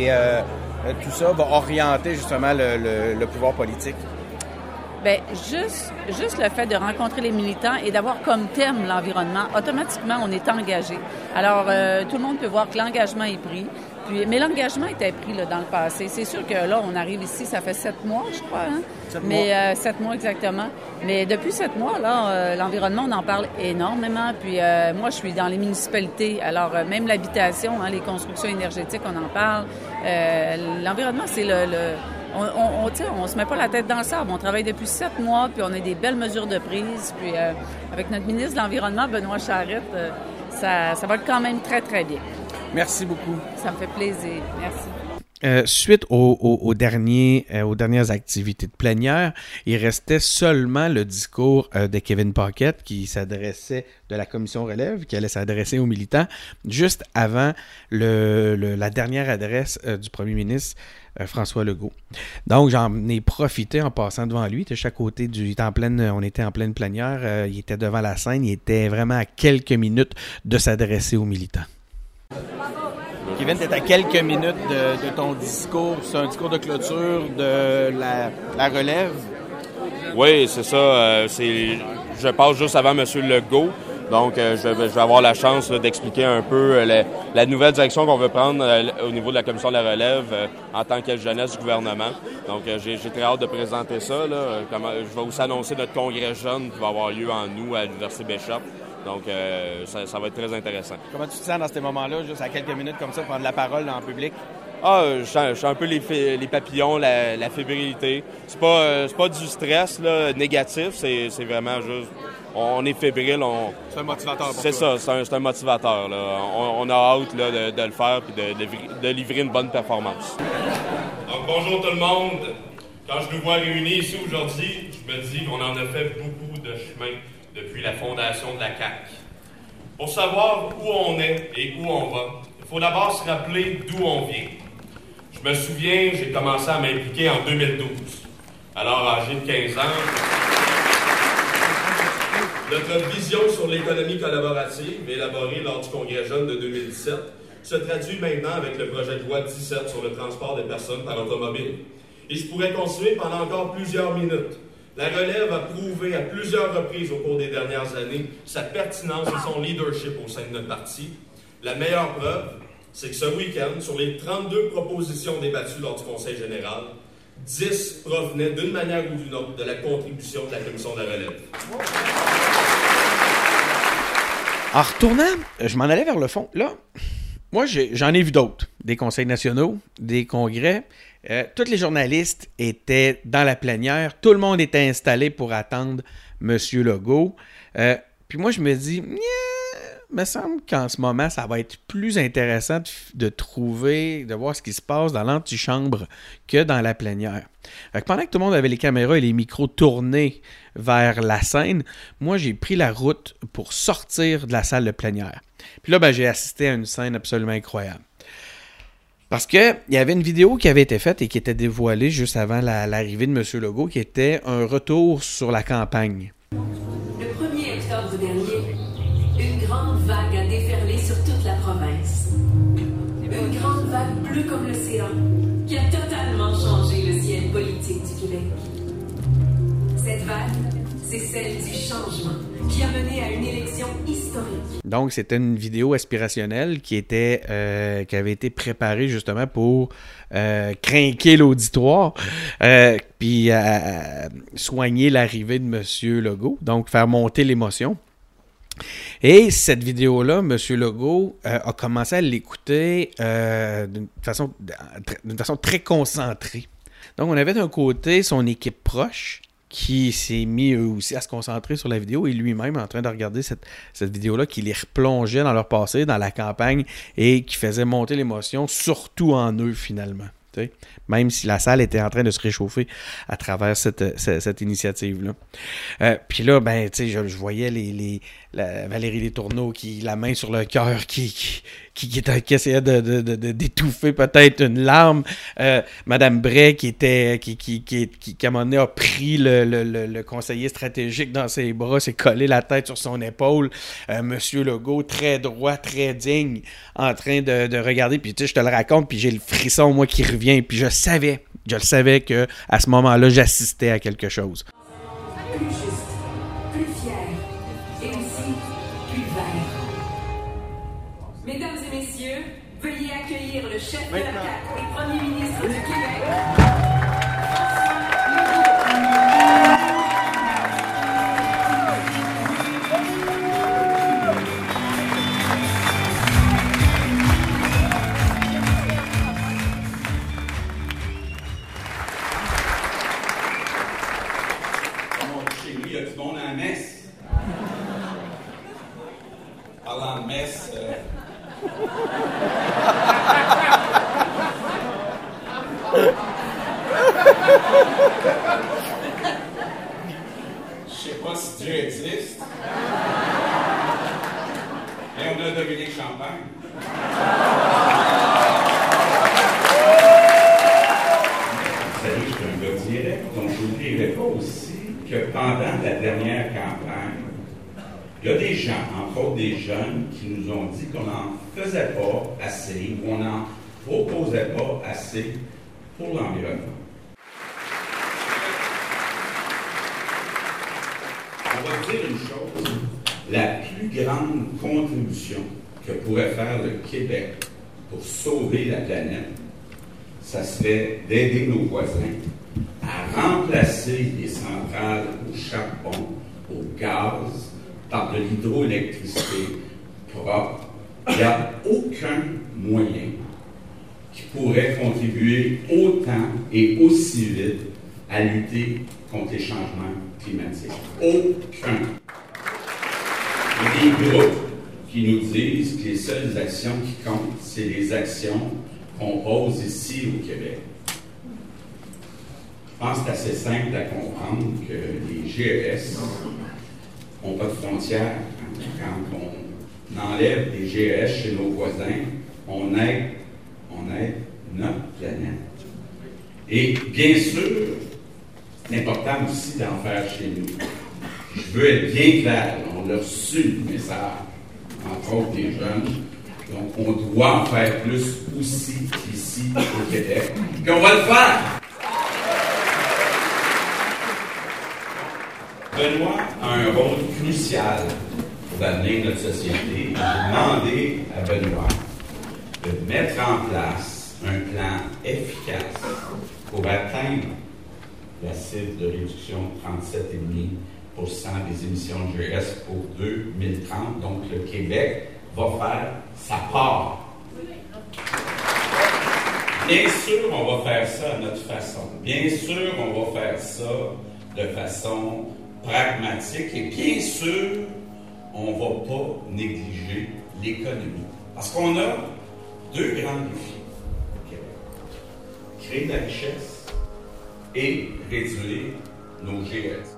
tout ça va orienter justement le pouvoir politique? Bien, juste le fait de rencontrer les militants et d'avoir comme thème l'environnement, automatiquement, on est engagé. Alors, tout le monde peut voir que l'engagement est pris. Mais l'engagement était pris là, dans le passé. C'est sûr que là, on arrive ici, ça fait 7 mois, je crois. Hein? 7 mois. Mais 7 mois exactement. Mais depuis 7 mois, là, l'environnement, on en parle énormément. Puis moi, je suis dans les municipalités. Alors, même l'habitation, les constructions énergétiques, on en parle. L'environnement, c'est on se met pas la tête dans le sable. On travaille depuis 7 mois, puis on a des belles mesures de prise. Puis avec notre ministre de l'Environnement, Benoît Charette, ça va quand même très, très bien. Merci beaucoup. Ça me fait plaisir. Merci. Suite aux dernières activités de plénière, il restait seulement le discours de Kevin Paquette qui s'adressait de la commission relève, qui allait s'adresser aux militants, juste avant la dernière adresse du premier ministre François Legault. Donc, j'en ai profité en passant devant lui. Il était de chaque côté on était en pleine plénière. Il était devant la scène. Il était vraiment à quelques minutes de s'adresser aux militants. Kevin, tu es à quelques minutes de ton discours. C'est un discours de clôture de la relève. Oui, c'est ça. Je passe juste avant M. Legault. Donc, je vais avoir la chance d'expliquer un peu la nouvelle direction qu'on veut prendre au niveau de la commission de la relève en tant que jeunesse du gouvernement. Donc, j'ai très hâte de présenter ça. Là. Je vais aussi annoncer notre congrès jeune qui va avoir lieu en août à l'Université Bishop. Donc, ça va être très intéressant. Comment tu te sens dans ces moments-là, juste à quelques minutes comme ça, prendre la parole en public? Je sens un peu les papillons, la fébrilité. C'est pas du stress là, négatif, c'est vraiment juste... On est fébrile. C'est un motivateur pour C'est toi. ça, c'est un motivateur. Là. On a hâte là, de le faire et de livrer une bonne performance. Donc, bonjour tout le monde. Quand je nous vois réunis ici aujourd'hui, je me dis qu'on en a fait beaucoup de chemin depuis la fondation de la CAQ. Pour savoir où on est et où on va, il faut d'abord se rappeler d'où on vient. Je me souviens, j'ai commencé à m'impliquer en 2012. Alors, âgé de 15 ans, notre vision sur l'économie collaborative, élaborée lors du Congrès jeune de 2017, se traduit maintenant avec le projet de loi 17 sur le transport des personnes par automobile. Et je pourrais continuer pendant encore plusieurs minutes. La relève a prouvé à plusieurs reprises au cours des dernières années sa pertinence et son leadership au sein de notre parti. La meilleure preuve, c'est que ce week-end, sur les 32 propositions débattues lors du Conseil général, 10 provenaient d'une manière ou d'une autre de la contribution de la Commission de la relève. En retournant, je m'en allais vers le fond. Là, moi, j'en ai vu d'autres. Des conseils nationaux, des congrès. Tous les journalistes étaient dans la plénière. Tout le monde était installé pour attendre M. Legault. Puis moi, je me dis, il me semble qu'en ce moment, ça va être plus intéressant de voir ce qui se passe dans l'antichambre que dans la plénière. Pendant que tout le monde avait les caméras et les micros tournés vers la scène, moi, j'ai pris la route pour sortir de la salle de plénière. Puis là, j'ai assisté à une scène absolument incroyable. Parce qu'il y avait une vidéo qui avait été faite et qui était dévoilée juste avant l'arrivée de M. Legault, qui était un retour sur la campagne. Le 1er octobre dernier, une grande vague a déferlé sur toute la province. Une grande vague bleue comme l'océan qui a totalement changé le ciel politique du Québec. Cette vague, c'est celle du changement qui a mené à une élection historique. Donc, c'était une vidéo aspirationnelle qui avait été préparée justement pour crinquer l'auditoire, puis soigner l'arrivée de M. Legault, donc faire monter l'émotion. Et cette vidéo-là, M. Legault a commencé à l'écouter d'une façon très concentrée. Donc, on avait d'un côté son équipe proche qui s'est mis eux aussi à se concentrer sur la vidéo et lui-même en train de regarder cette vidéo-là qui les replongeait dans leur passé, dans la campagne et qui faisait monter l'émotion, surtout en eux finalement. T'sais. Même si la salle était en train de se réchauffer à travers cette initiative-là. Puis là, ben, tu sais, je voyais Valérie Letourneau qui, la main sur le cœur, qui essayait d'étouffer peut-être une larme. Madame Bray qui à un moment donné a pris le conseiller stratégique dans ses bras, s'est collé la tête sur son épaule. Monsieur Legault, très droit, très digne, en train de regarder. Puis tu sais, je te le raconte, puis j'ai le frisson, moi, qui revient. Puis je le savais que à ce moment-là, j'assistais à quelque chose. Plus juste, plus fier, et aussi plus vert. Mesdames et messieurs, veuillez accueillir le chef de la CAQ et Premier ministre du Québec. Parlant de messe, je sais pas si Dieu existe. Et on a Dominique Champagne. Vous savez, je suis un gars direct, donc je n'oublierai pas aussi que pendant la dernière campagne, il y a des gens, entre autres des jeunes, qui nous ont dit qu'on n'en faisait pas assez, ou on n'en proposait pas assez pour l'environnement. On va dire une chose, la plus grande contribution que pourrait faire le Québec pour sauver la planète, ça serait d'aider nos voisins à remplacer les centrales au charbon, au gaz, par de l'hydroélectricité propre. Il n'y a aucun moyen qui pourrait contribuer autant et aussi vite à lutter contre les changements climatiques. Aucun. Il y a des groupes qui nous disent que les seules actions qui comptent, c'est les actions qu'on pose ici au Québec. Je pense que c'est assez simple à comprendre que les GES n'ont pas de frontières. Quand on enlève des GES chez nos voisins, on aide notre planète. Et bien sûr, c'est important aussi d'en faire chez nous. Je veux être bien clair, on a reçu le message, entre autres des jeunes, donc on doit en faire plus aussi ici au Québec. Puis on va le faire! Benoît a un rôle crucial pour l'avenir de notre société. J'ai demandé à Benoît de mettre en place un plan efficace pour atteindre la cible de réduction de 37,5% des émissions de GES pour 2030. Donc, le Québec va faire sa part. Bien sûr, on va faire ça à notre façon. Bien sûr, on va faire ça de façon pragmatique et bien sûr, on ne va pas négliger l'économie. Parce qu'on a deux grands défis au Québec. Créer de la richesse et réduire nos GES.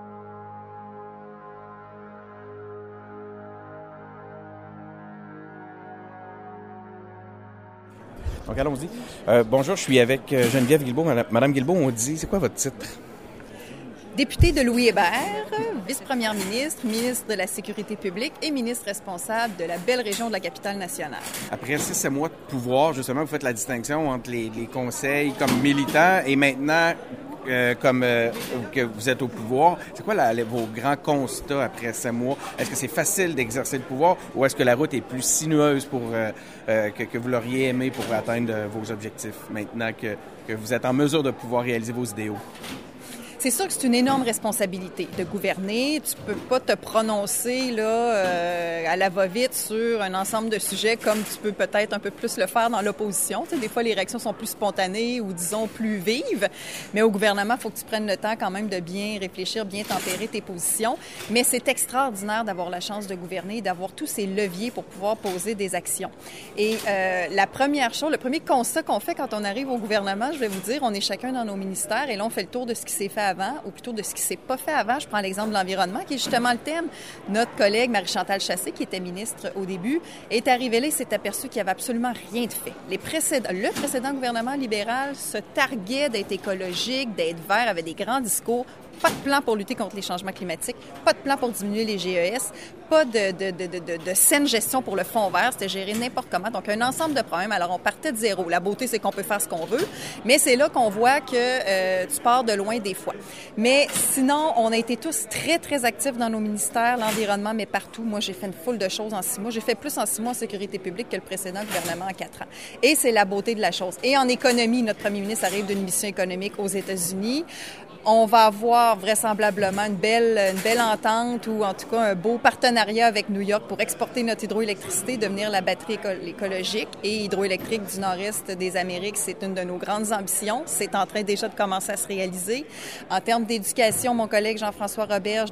Donc allons-y. Bonjour, je suis avec Geneviève Guilbeault. Madame Guilbeault, on dit, c'est quoi votre titre? Députée de Louis Hébert, vice-première ministre, ministre de la Sécurité publique et ministre responsable de la belle région de la Capitale-Nationale. Après 6 mois de pouvoir, justement, vous faites la distinction entre les conseils comme militants et maintenant que vous êtes au pouvoir. C'est quoi vos grands constats après 7 mois? Est-ce que c'est facile d'exercer le pouvoir ou est-ce que la route est plus sinueuse pour que vous l'auriez aimé pour atteindre vos objectifs maintenant que vous êtes en mesure de pouvoir réaliser vos idéaux? C'est sûr que c'est une énorme responsabilité de gouverner. Tu peux pas te prononcer là à la va-vite sur un ensemble de sujets comme tu peux peut-être un peu plus le faire dans l'opposition. Tu sais, des fois, les réactions sont plus spontanées ou, disons, plus vives. Mais au gouvernement, il faut que tu prennes le temps quand même de bien réfléchir, bien tempérer tes positions. Mais c'est extraordinaire d'avoir la chance de gouverner, d'avoir tous ces leviers pour pouvoir poser des actions. Et la première chose, le premier constat qu'on fait quand on arrive au gouvernement, je vais vous dire, on est chacun dans nos ministères et là, on fait le tour de ce qui s'est fait avant ou plutôt de ce qui s'est pas fait avant. Je prends l'exemple de l'environnement qui est justement le thème. Notre collègue Marie-Chantal Chassé, qui était ministre au début, est arrivée là et s'est aperçu qu'il n'y avait absolument rien de fait. Le précédent gouvernement libéral se targuait d'être écologique, d'être vert, avait des grands discours. Pas de plan pour lutter contre les changements climatiques, pas de plan pour diminuer les GES, pas de saine gestion pour le fonds vert, c'était géré n'importe comment. Donc, un ensemble de problèmes. Alors, on partait de zéro. La beauté, c'est qu'on peut faire ce qu'on veut, mais c'est là qu'on voit que tu pars de loin des fois. Mais sinon, on a été tous très, très actifs dans nos ministères, l'environnement, mais partout. Moi, j'ai fait une foule de choses en 6 mois. J'ai fait plus en 6 mois en sécurité publique que le précédent gouvernement en 4 ans. Et c'est la beauté de la chose. Et en économie, notre premier ministre arrive d'une mission économique aux États-Unis. On va avoir vraisemblablement une belle entente ou en tout cas un beau partenariat avec New York pour exporter notre hydroélectricité, devenir la batterie écologique et hydroélectrique du nord-est des Amériques. C'est une de nos grandes ambitions. C'est en train déjà de commencer à se réaliser. En termes d'éducation, mon collègue Jean-François Roberge,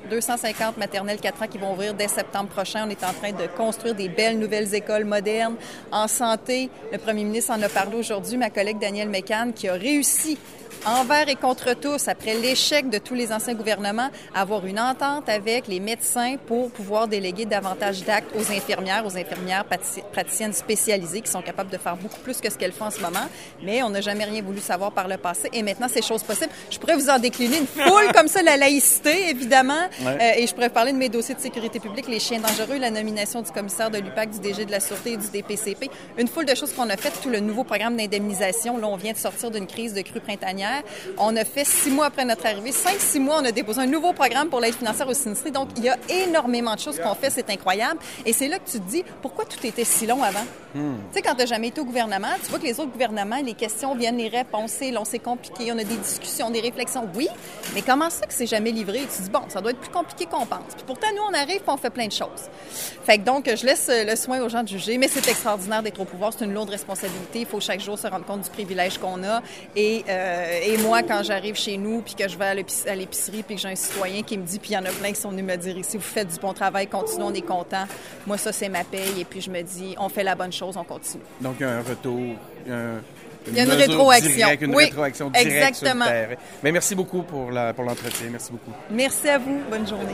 250 maternelles 4 ans qui vont ouvrir dès septembre prochain. On est en train de construire des belles nouvelles écoles modernes. En santé, le premier ministre en a parlé aujourd'hui, ma collègue Danielle Mécan, qui a réussi envers et contre tous, après l'échec de tous les anciens gouvernements, avoir une entente avec les médecins pour pouvoir déléguer davantage d'actes aux infirmières praticiennes spécialisées qui sont capables de faire beaucoup plus que ce qu'elles font en ce moment. Mais on n'a jamais rien voulu savoir par le passé. Et maintenant, c'est chose possible. Je pourrais vous en décliner une foule comme ça, la laïcité, évidemment. Ouais. Et je pourrais parler de mes dossiers de sécurité publique, les chiens dangereux, la nomination du commissaire de l'UPAC, du DG de la Sûreté et du DPCP. Une foule de choses qu'on a faites. Tout le nouveau programme d'indemnisation. Là, on vient de sortir d'une crise de crue printanière. On a fait 6 mois après notre arrivée, 5-6 mois, on a déposé un nouveau programme pour l'aide financière aux sinistrés. Donc, il y a énormément de choses qu'on fait, c'est incroyable. Et c'est là que tu te dis, pourquoi tout était si long avant? Tu sais, quand tu n'as jamais été au gouvernement, tu vois que les autres gouvernements, les questions viennent, les réponses, c'est long, c'est compliqué, on a des discussions, des réflexions. Oui, mais comment ça que c'est jamais livré? Et tu te dis, bon, ça doit être plus compliqué qu'on pense. Puis pourtant, nous, on arrive et on fait plein de choses. Fait que donc, je laisse le soin aux gens de juger, mais c'est extraordinaire d'être au pouvoir. C'est une lourde responsabilité. Il faut chaque jour se rendre compte du privilège qu'on a. Et moi, quand j'arrive chez nous, puis que je vais à l'épicerie, puis que j'ai un citoyen qui me dit, puis il y en a plein qui sont venus me dire, si vous faites du bon travail, continuez, on est content. Moi, ça, c'est ma paye. Et puis je me dis, on fait la bonne chose, on continue. Donc, il y a un retour, il y a une rétroaction. Rétroaction directe exactement. Sur le terrain. Mais merci beaucoup pour l'entretien. Merci beaucoup. Merci à vous. Bonne journée.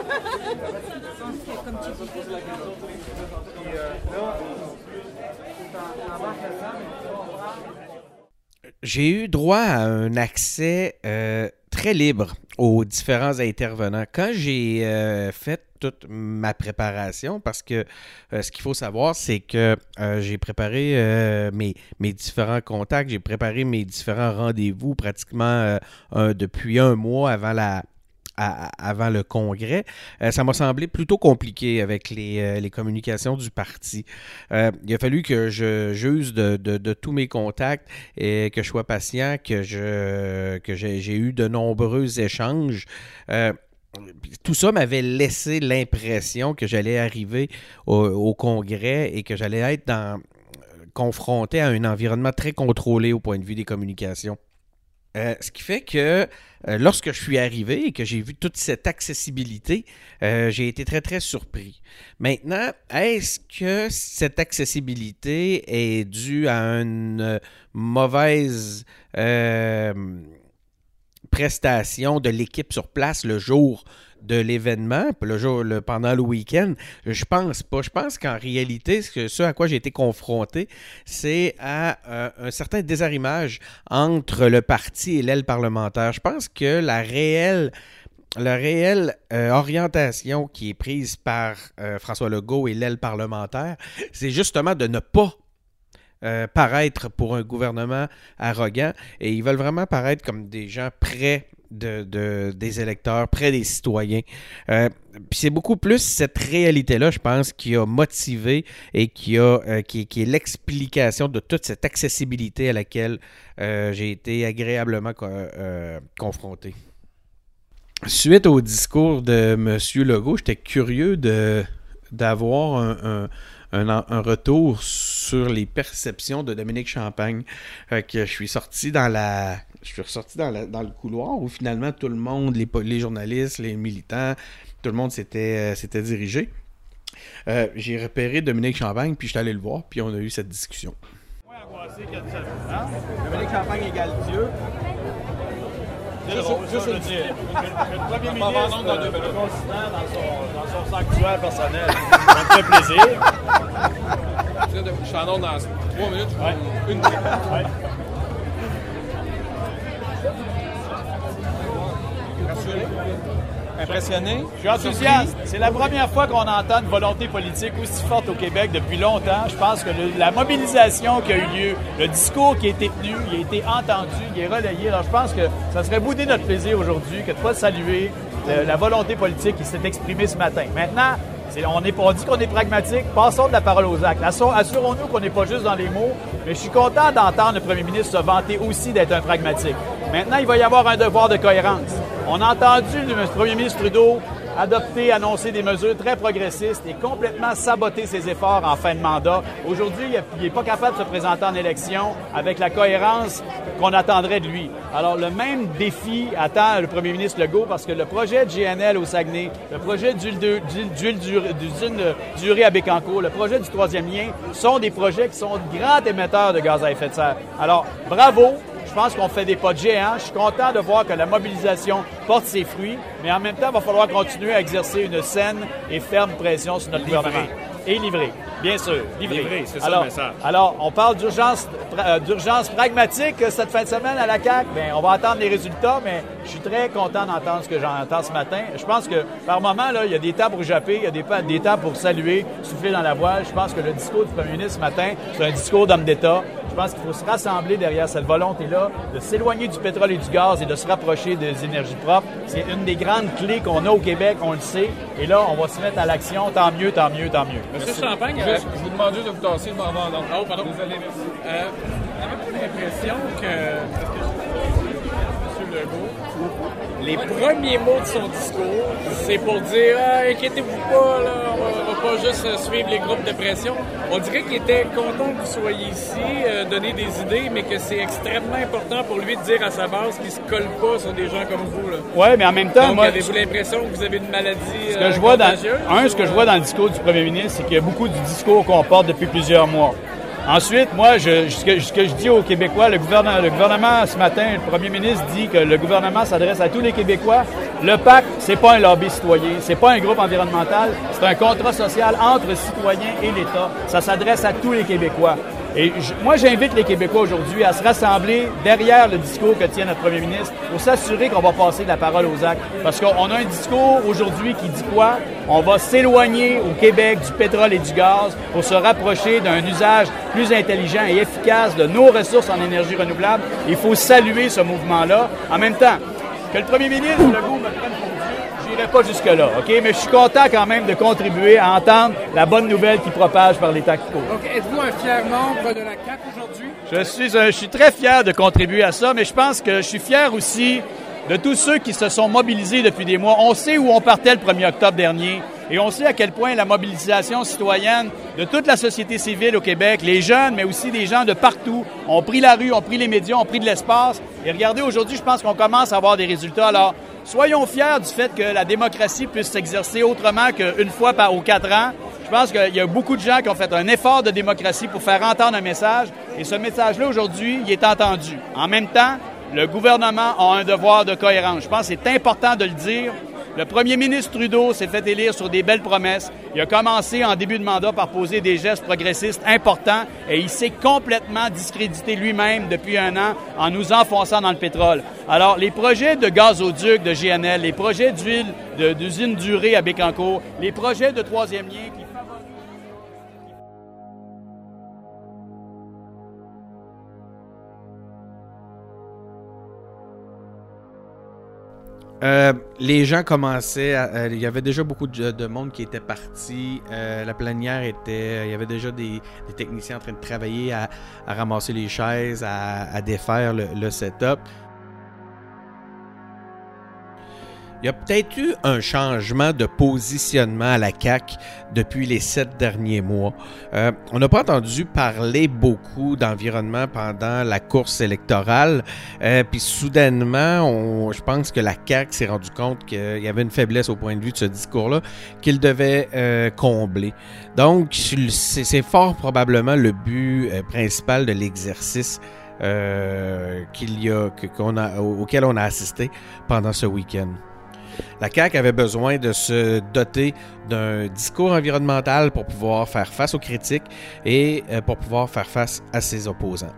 J'ai eu droit à un accès très libre aux différents intervenants. Quand j'ai fait toute ma préparation, parce que ce qu'il faut savoir, c'est que j'ai préparé mes différents contacts, j'ai préparé mes différents rendez-vous pratiquement depuis un mois avant le congrès. Ça m'a semblé plutôt compliqué avec les communications du parti. Il a fallu que je j'use de tous mes contacts et que je sois patient, que j'ai eu de nombreux échanges. Tout ça m'avait laissé l'impression que j'allais arriver au congrès et que j'allais être confronté à un environnement très contrôlé au point de vue des communications. Ce qui fait que lorsque je suis arrivé et que j'ai vu toute cette accessibilité, j'ai été très, très surpris. Maintenant, est-ce que cette accessibilité est due à une mauvaise prestation de l'équipe sur place le jour de l'événement, pendant le week-end? Je pense pas. Je pense qu'en réalité, ce à quoi j'ai été confronté, c'est à un certain désarrimage entre le parti et l'aile parlementaire. Je pense que la réelle orientation qui est prise par François Legault et l'aile parlementaire, c'est justement de ne pas paraître pour un gouvernement arrogant, et ils veulent vraiment paraître comme des gens prêts des électeurs, près des citoyens. Puis c'est beaucoup plus cette réalité-là, je pense, qui a motivé et qui est l'explication de toute cette accessibilité à laquelle j'ai été agréablement confronté. Suite au discours de M. Legault, j'étais curieux d'avoir un retour sur les perceptions de Dominique Champagne. Que je suis ressorti dans le couloir où finalement tout le monde, les journalistes, les militants, tout le monde s'était dirigé. J'ai repéré Dominique Champagne, puis je suis allé le voir, puis on a eu cette discussion. Dominique Champagne égale Dieu. Juste le dire. Le premier ministre le considère dans son sanctuaire personnel. Ça me fait plaisir. Je suis en ordre dans 3 minutes. Une minute. Rassuré? Impressionné? Je suis enthousiaste. C'est la première fois qu'on entend une volonté politique aussi forte au Québec depuis longtemps. Je pense que la mobilisation qui a eu lieu, le discours qui a été tenu, il a été entendu, il est relayé. Alors je pense que ça serait bouder notre plaisir aujourd'hui que de pas saluer la volonté politique qui s'est exprimée ce matin. Maintenant, on dit qu'on est pragmatique, passons de la parole aux actes. Assurons-nous qu'on n'est pas juste dans les mots, mais je suis content d'entendre le premier ministre se vanter aussi d'être un pragmatique. Maintenant, il va y avoir un devoir de cohérence. On a entendu le premier ministre Trudeau annoncer des mesures très progressistes et complètement saboter ses efforts en fin de mandat. Aujourd'hui, il n'est pas capable de se présenter en élection avec la cohérence qu'on attendrait de lui. Alors, le même défi attend le premier ministre Legault parce que le projet de GNL au Saguenay, le projet d'usine d'urée à Bécancour, le projet du troisième lien sont des projets qui sont grands émetteurs de gaz à effet de serre. Alors, bravo! Je pense qu'on fait des pas de géant. Je suis content de voir que la mobilisation porte ses fruits, mais en même temps, il va falloir continuer à exercer une saine et ferme pression sur notre gouvernement. Et livrer, bien sûr, livrer. C'est ça le message. Alors, on parle d'urgence pragmatique cette fin de semaine à la CAQ. Bien, on va attendre les résultats, mais je suis très content d'entendre ce que j'entends ce matin. Je pense que, par moment, là, il y a des temps pour japper, il y a des temps pour saluer, souffler dans la voile. Je pense que le discours du premier ministre ce matin, c'est un discours d'homme d'État. Je pense qu'il faut se rassembler derrière cette volonté-là de s'éloigner du pétrole et du gaz et de se rapprocher des énergies propres. C'est une des grandes clés qu'on a au Québec, on le sait. Et là, on va se mettre à l'action. Tant mieux, tant mieux, tant mieux. Monsieur Champagne, je vous demande juste de vous tasser. Oh, pardon. Désolé, merci. Avez-vous l'impression que M. Legault, les premiers mots de son discours, c'est pour dire « inquiétez-vous pas, là, on va pas juste suivre les groupes de pression ». On dirait qu'il était content que vous soyez ici, donner des idées, mais que c'est extrêmement important pour lui de dire à sa base qu'il se colle pas sur des gens comme vous. Oui, mais en même temps... Donc, avez-vous l'impression que vous avez une maladie ce que je vois dans le discours du premier ministre, c'est qu'il y a beaucoup du discours qu'on porte depuis plusieurs mois. Ensuite, moi, ce que je dis aux Québécois, le gouvernement, ce matin, le premier ministre dit que le gouvernement s'adresse à tous les Québécois. Le PAC, c'est pas un lobby citoyen, c'est pas un groupe environnemental, c'est un contrat social entre citoyens et l'État. Ça s'adresse à tous les Québécois. Et moi, j'invite les Québécois aujourd'hui à se rassembler derrière le discours que tient notre premier ministre pour s'assurer qu'on va passer de la parole aux actes. Parce qu'on a un discours aujourd'hui qui dit quoi? On va s'éloigner au Québec du pétrole et du gaz pour se rapprocher d'un usage plus intelligent et efficace de nos ressources en énergie renouvelable. Il faut saluer ce mouvement-là. En même temps, que le premier ministre Legault me prenne pour Dieu, j'irai pas jusque-là, OK? Mais je suis content quand même de contribuer à entendre la bonne nouvelle qui propage par les temps qui courent. Donc, êtes-vous un fier membre de la CAQ aujourd'hui? Je suis très fier de contribuer à ça, mais je pense que je suis fier aussi de tous ceux qui se sont mobilisés depuis des mois. On sait où on partait le 1er octobre dernier et on sait à quel point la mobilisation citoyenne de toute la société civile au Québec, les jeunes, mais aussi des gens de partout, ont pris la rue, ont pris les médias, ont pris de l'espace. Et regardez, aujourd'hui, je pense qu'on commence à avoir des résultats. Alors, soyons fiers du fait que la démocratie puisse s'exercer autrement qu'une fois aux 4 ans. Je pense qu'il y a beaucoup de gens qui ont fait un effort de démocratie pour faire entendre un message. Et ce message-là, aujourd'hui, il est entendu. En même temps, le gouvernement a un devoir de cohérence. Je pense que c'est important de le dire. Le premier ministre Trudeau s'est fait élire sur des belles promesses. Il a commencé en début de mandat par poser des gestes progressistes importants et il s'est complètement discrédité lui-même depuis 1 an en nous enfonçant dans le pétrole. Alors, les projets de gazoduc de GNL, les projets d'usine d'urée à Bécancour, les projets de troisième lien qui Les gens commençaient, il y avait déjà beaucoup de monde qui était parti. La plénière il y avait déjà des techniciens en train de travailler à ramasser les chaises, à défaire le setup. Il y a peut-être eu un changement de positionnement à la CAQ depuis les 7 derniers mois. On n'a pas entendu parler beaucoup d'environnement pendant la course électorale. Puis soudainement, je pense que la CAQ s'est rendu compte qu'il y avait une faiblesse au point de vue de ce discours-là qu'il devait combler. Donc, c'est fort probablement le but principal de l'exercice auquel on a assisté pendant ce week-end. La CAQ avait besoin de se doter d'un discours environnemental pour pouvoir faire face aux critiques et pour pouvoir faire face à ses opposants.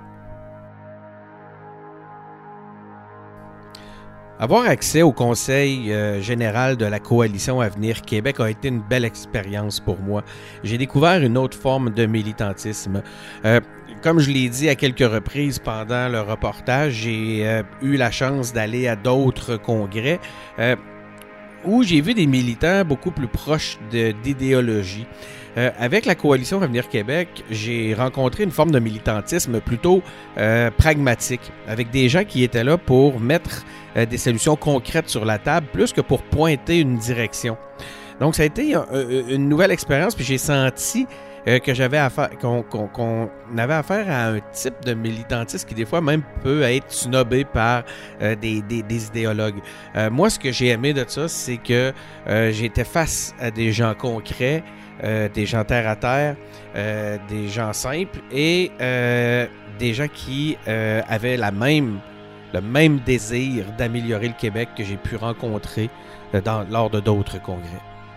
Avoir accès au Conseil général de la Coalition Avenir Québec a été une belle expérience pour moi. J'ai découvert une autre forme de militantisme. Comme je l'ai dit à quelques reprises pendant le reportage, j'ai eu la chance d'aller à d'autres congrès où j'ai vu des militants beaucoup plus proches d'idéologie. Avec la Coalition Avenir Québec, j'ai rencontré une forme de militantisme plutôt pragmatique, avec des gens qui étaient là pour mettre des solutions concrètes sur la table, plus que pour pointer une direction. Donc, ça a été une nouvelle expérience, puis j'ai senti qu'on avait affaire à un type de militantisme qui des fois même peut être snobé par des idéologues. Moi, ce que j'ai aimé de ça, c'est que j'étais face à des gens concrets, des gens terre à terre, des gens simples et des gens qui avaient le même désir d'améliorer le Québec que j'ai pu rencontrer lors de d'autres congrès.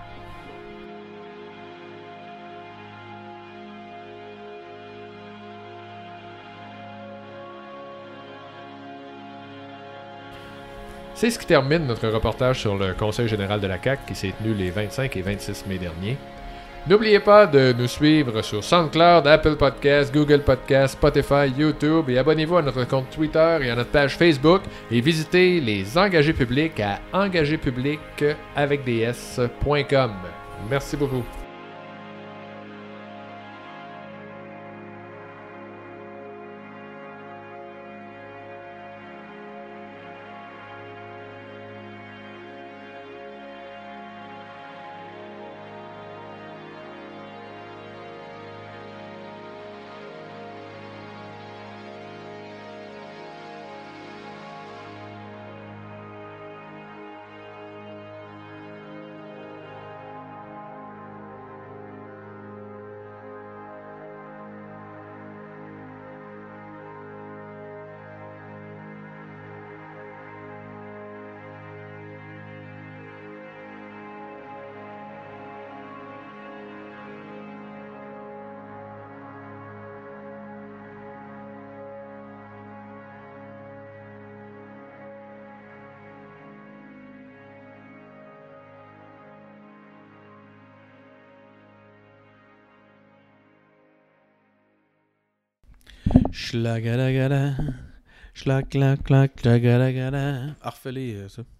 C'est ce qui termine notre reportage sur le Conseil général de la CAQ qui s'est tenu les 25 et 26 mai dernier. N'oubliez pas de nous suivre sur SoundCloud, Apple Podcasts, Google Podcasts, Spotify, YouTube et abonnez-vous à notre compte Twitter et à notre page Facebook et visitez les engagés publics à engagéspublics.com. Merci beaucoup. Schlagadagada, schlac, clac, clac, schlagadagada. Orphelé, ça.